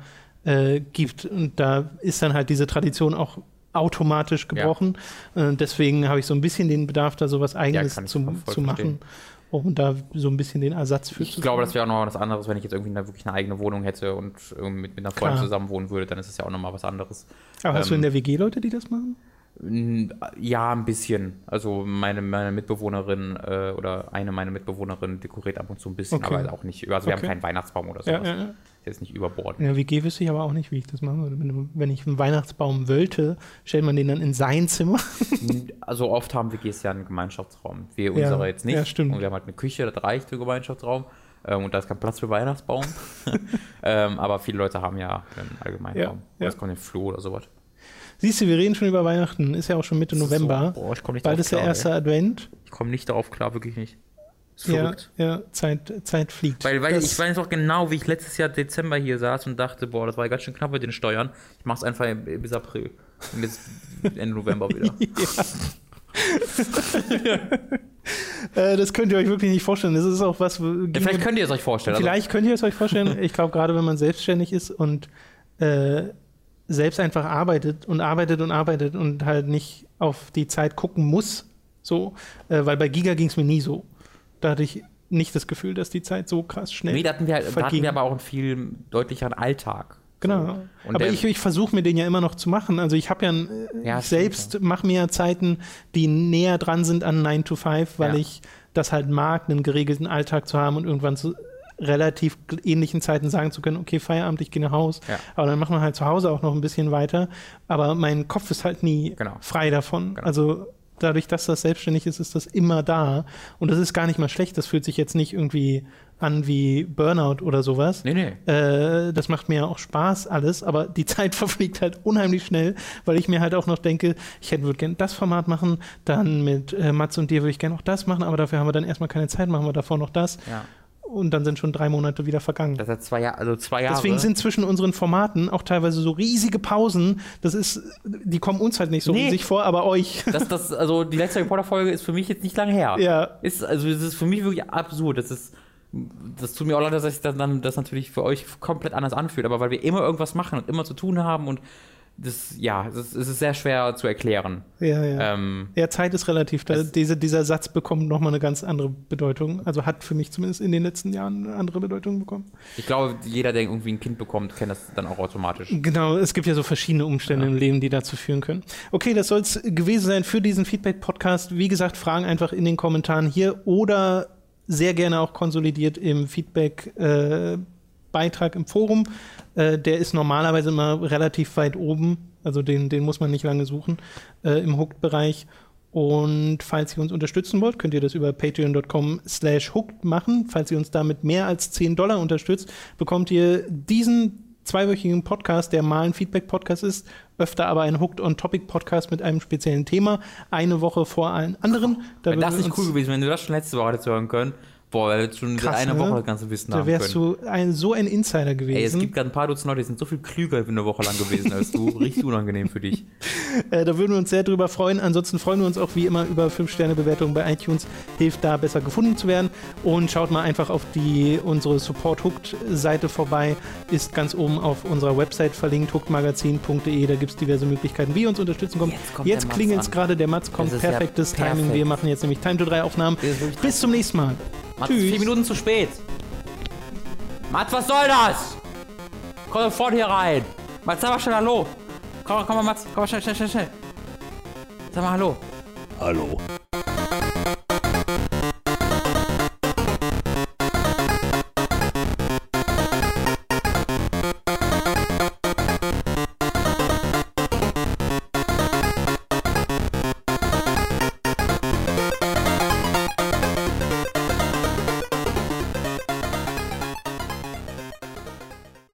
äh, gibt. Und da ist dann halt diese Tradition auch automatisch gebrochen. Ja. Äh, deswegen habe ich so ein bisschen den Bedarf, da sowas Eigenes ja, zu, zu machen. Um da so ein bisschen den Ersatz für Ich zu glaube, das wäre auch noch was anderes, wenn ich jetzt irgendwie eine, wirklich eine eigene Wohnung hätte und mit, mit einer Freundin zusammen wohnen würde, dann ist es ja auch nochmal was anderes. Aber ähm, hast du in der W G Leute, die das machen? Ja, ein bisschen. Also meine, meine Mitbewohnerin äh, oder eine meiner Mitbewohnerinnen dekoriert ab und zu ein bisschen, okay. aber auch nicht. Also wir okay. haben keinen Weihnachtsbaum oder sowas. Ja, ja, ja. Jetzt nicht überbordend. In der W G wüsste ich aber auch nicht, wie ich das machen würde. Wenn ich einen Weihnachtsbaum wollte, stellt man den dann in sein Zimmer? Also oft haben W Gs ja einen Gemeinschaftsraum. Wir ja, unsere jetzt nicht. Ja, stimmt. Und wir haben halt eine Küche, das reicht für Gemeinschaftsraum. Ähm, und da ist kein Platz für Weihnachtsbaum. ähm, aber viele Leute haben ja einen allgemeinen ja, Raum. Ja. Das kommt in den Flur oder sowas. Siehst du, wir reden schon über Weihnachten. Ist ja auch schon Mitte November. So, boah, ich komm nicht Bald ist der erste ey. Advent. Ich komme nicht darauf klar, wirklich nicht. Ist ja, verrückt. Ja, Zeit, Zeit fliegt. Weil, weil ich weiß auch genau, wie ich letztes Jahr Dezember hier saß und dachte, boah, das war ganz schön knapp mit den Steuern. Ich mach's einfach bis April. Und jetzt Ende November wieder. äh, das könnt ihr euch wirklich nicht vorstellen. Das ist auch was. Ja, vielleicht könnt ihr es euch vorstellen. Vielleicht könnt ihr es euch vorstellen. Ich glaube, gerade wenn man selbstständig ist und äh, selbst einfach arbeitet und arbeitet und arbeitet und halt nicht auf die Zeit gucken muss, so, äh, weil bei Giga ging es mir nie so. Da hatte ich nicht das Gefühl, dass die Zeit so krass schnell Nee, da hatten wir, halt, da hatten wir aber auch einen viel deutlicheren Alltag. Genau. So. Aber ich, ich versuche mir den ja immer noch zu machen. Also ich habe ja, ja, ich selbst mache mir ja Zeiten, die näher dran sind an nine to five, weil ja. ich das halt mag, einen geregelten Alltag zu haben und irgendwann zu relativ ähnlichen Zeiten sagen zu können, okay, Feierabend, ich gehe nach Hause. Ja. Aber dann macht man halt zu Hause auch noch ein bisschen weiter. Aber mein Kopf ist halt nie genau. frei davon. Genau. Also dadurch, dass das selbstständig ist, ist das immer da. Und das ist gar nicht mal schlecht. Das fühlt sich jetzt nicht irgendwie an wie Burnout oder sowas. Nee, nee. Äh, das macht mir ja auch Spaß alles, aber die Zeit verfliegt halt unheimlich schnell, weil ich mir halt auch noch denke, ich hätte würde gerne das Format machen, dann mit äh, Mats und dir würde ich gerne auch das machen, aber dafür haben wir dann erstmal keine Zeit, machen wir davor noch das. Ja. Und dann sind schon drei Monate wieder vergangen. Das hat zwei Jahre, also zwei Jahre. Deswegen sind zwischen unseren Formaten auch teilweise so riesige Pausen. Das ist, die kommen uns halt nicht so nee. riesig vor, aber euch. Das, das, also die letzte Reporter-Folge ist für mich jetzt nicht lange her. Ja. Ist, also das ist für mich wirklich absurd. Das ist, das tut mir auch leid, dass sich das dann das natürlich für euch komplett anders anfühlt. Aber weil wir immer irgendwas machen und immer zu tun haben und das, ja, es ist, ist sehr schwer zu erklären. Ja, ja. Ähm, ja, Zeit ist relativ. Da, diese, dieser Satz bekommt nochmal eine ganz andere Bedeutung. Also hat für mich zumindest in den letzten Jahren eine andere Bedeutung bekommen. Ich glaube, jeder, der irgendwie ein Kind bekommt, kennt das dann auch automatisch. Genau, es gibt ja so verschiedene Umstände ja. im Leben, die dazu führen können. Okay, das soll es gewesen sein für diesen Feedback-Podcast. Wie gesagt, Fragen einfach in den Kommentaren hier oder sehr gerne auch konsolidiert im Feedback äh, Beitrag im Forum. Äh, der ist normalerweise immer relativ weit oben. Also den, den muss man nicht lange suchen äh, im Hooked-Bereich. Und falls ihr uns unterstützen wollt, könnt ihr das über patreon dot com slash hooked machen. Falls ihr uns damit mehr als zehn Dollar unterstützt, bekommt ihr diesen zweiwöchigen Podcast, der mal ein Feedback-Podcast ist, öfter aber ein Hooked-on-Topic-Podcast mit einem speziellen Thema, eine Woche vor allen anderen. Da wäre das nicht cool gewesen, wenn du das schon letzte Woche hättest hören können. Boah, weil jetzt schon Krass, eine ne? Woche das ganze Wissen da haben können. Da wärst du ein, so ein Insider gewesen. Ey, es gibt gerade ein paar Dutzend Leute, die sind so viel klüger eine Woche lang gewesen als du. Richtig unangenehm für dich. Äh, da würden wir uns sehr drüber freuen. Ansonsten freuen wir uns auch wie immer über fünf Sterne Bewertungen bei iTunes. Hilft da, besser gefunden zu werden. Und schaut mal einfach auf die unsere Support-Hooked-Seite vorbei. Ist ganz oben auf unserer Website verlinkt, hookedmagazin punkt de. Da gibt es diverse Möglichkeiten, wie ihr uns unterstützen kommt. Jetzt, jetzt klingelt es gerade, der Mats kommt. Perfektes ja perfekt. Timing. Wir machen jetzt nämlich Time to drei Aufnahmen. Bis zum nächsten Mal. Mats, Tschüss. Vier Minuten zu spät. Mats, was soll das? Komm sofort hier rein. Mats, sag mal schnell Hallo. Komm, komm mal, Mats. Komm mal schnell, schnell, schnell, schnell. Sag mal Hallo. Hallo.